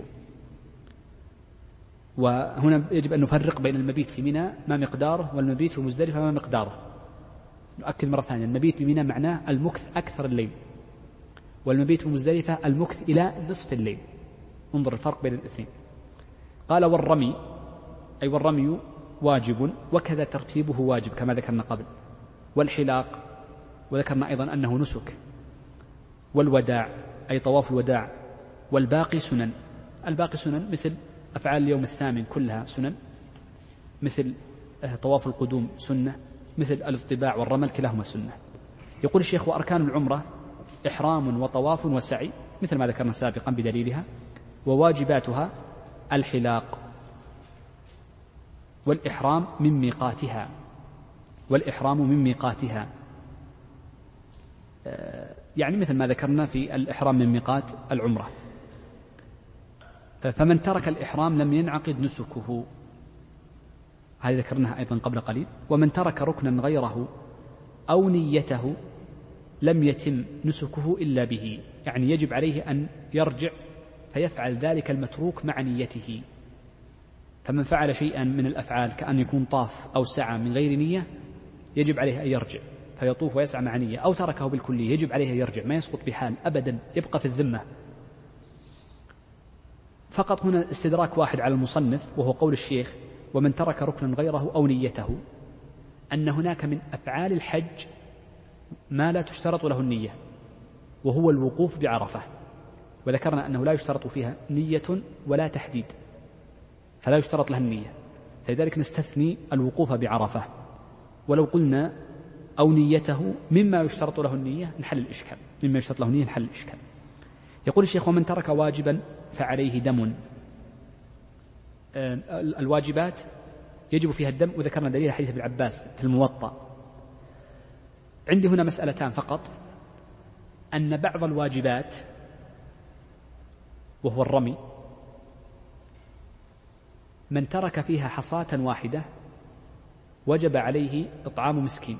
وهنا يجب أن نفرق بين المبيت في منى ما مقداره والمبيت في مزدلفة ما مقداره. نؤكد مرة ثانية، المبيت بمنى معناه المكث أكثر الليل، والمبيت في مزدلفة المكث إلى نصف الليل. انظر الفرق بين الاثنين. قال والرمي أي والرمي واجب وكذا ترتيبه واجب كما ذكرنا قبل، والحلاق وذكرنا أيضا أنه نسك، والوداع أي طواف الوداع، والباقي سنن. الباقي سنن مثل أفعال اليوم الثامن كلها سنن، مثل طواف القدوم سنة، مثل الاطباع والرمل كلاهما سنة. يقول الشيخ وأركان العمرة إحرام وطواف وسعي مثل ما ذكرنا سابقا بدليلها، وواجباتها الحلاق والإحرام من ميقاتها يعني مثل ما ذكرنا في الإحرام من ميقات العمرة. فمن ترك الإحرام لم ينعقد نسكه، هذه ذكرناها أيضا قبل قليل. ومن ترك ركنا غيره أو نيته لم يتم نسكه إلا به، يعني يجب عليه أن يرجع فيفعل ذلك المتروك مع نيته. فمن فعل شيئا من الأفعال كأن يكون طاف أو سعى من غير نية يجب عليه أن يرجع فيطوف ويسعى مع نية، أو تركه بالكلية يجب عليه أن يرجع، ما يسقط بحال أبدا، يبقى في الذمة. فقط هنا استدراك واحد على المصنف وهو قول الشيخ ومن ترك ركنا غيره أو نيته، أن هناك من أفعال الحج ما لا تشترط له النية، وهو الوقوف بعرفة، وذكرنا أنه لا يشترط فيها نية ولا تحديد، فلا يشترط لها النية، فلذلك نستثني الوقوف بعرفة. ولو قلنا أو نيته مما يشترط له النية نحل الإشكال. يقول الشيخ ومن ترك واجبا فعليه دم. الواجبات يجب فيها الدم، وذكرنا دليل حديث ابن عباس في الموطأ. عندي هنا مسألتان فقط، أن بعض الواجبات وهو الرمي من ترك فيها حصاة واحدة وجب عليه إطعام مسكين،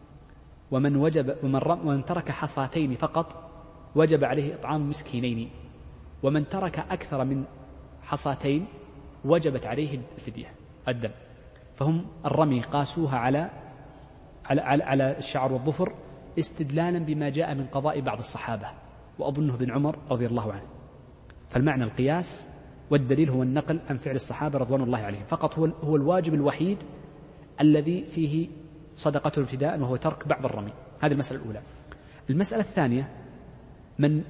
ومن ترك حصاتين فقط وجب عليه إطعام مسكينين، ومن ترك أكثر من حصاتين وجبت عليه الفدية الدم. فهم الرمي قاسوها على الشعر والظفر استدلالا بما جاء من قضاء بعض الصحابة، وأظنه ابن عمر رضي الله عنه. فالمعنى القياس، والدليل هو النقل عن فعل الصحابة رضوان الله عليهم. فقط هو الواجب الوحيد الذي فيه صدقته ابتداء، وهو ترك بعض الرمي. هذه المسألة الأولى. المسألة الثانية من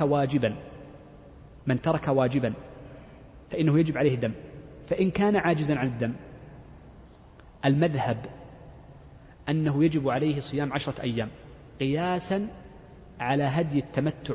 ترك واجبا فإنه يجب عليه دم، فإن كان عاجزا عن الدم المذهب أنه يجب عليه صيام 10 أيام قياسا على هدي التمتع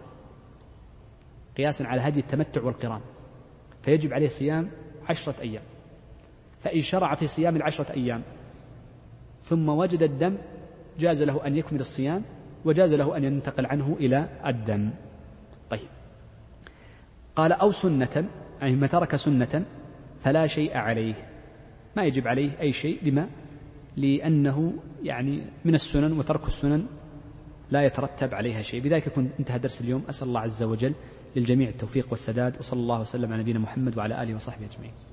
والقران، فيجب عليه صيام 10 أيام. فإن شرع في صيام 10 أيام ثم وجد الدم جاز له أن يكمل الصيام، وجاز له أن ينتقل عنه إلى الدم. طيب، قال أو سنة، يعني ما ترك سنة فلا شيء عليه، ما يجب عليه أي شيء، لأنه يعني من السنن، وترك السنن لا يترتب عليها شيء. بذلك يكون انتهى درس اليوم. أسأل الله عز وجل للجميع التوفيق والسداد، وصلى الله وسلم على نبينا محمد وعلى آله وصحبه أجمعين.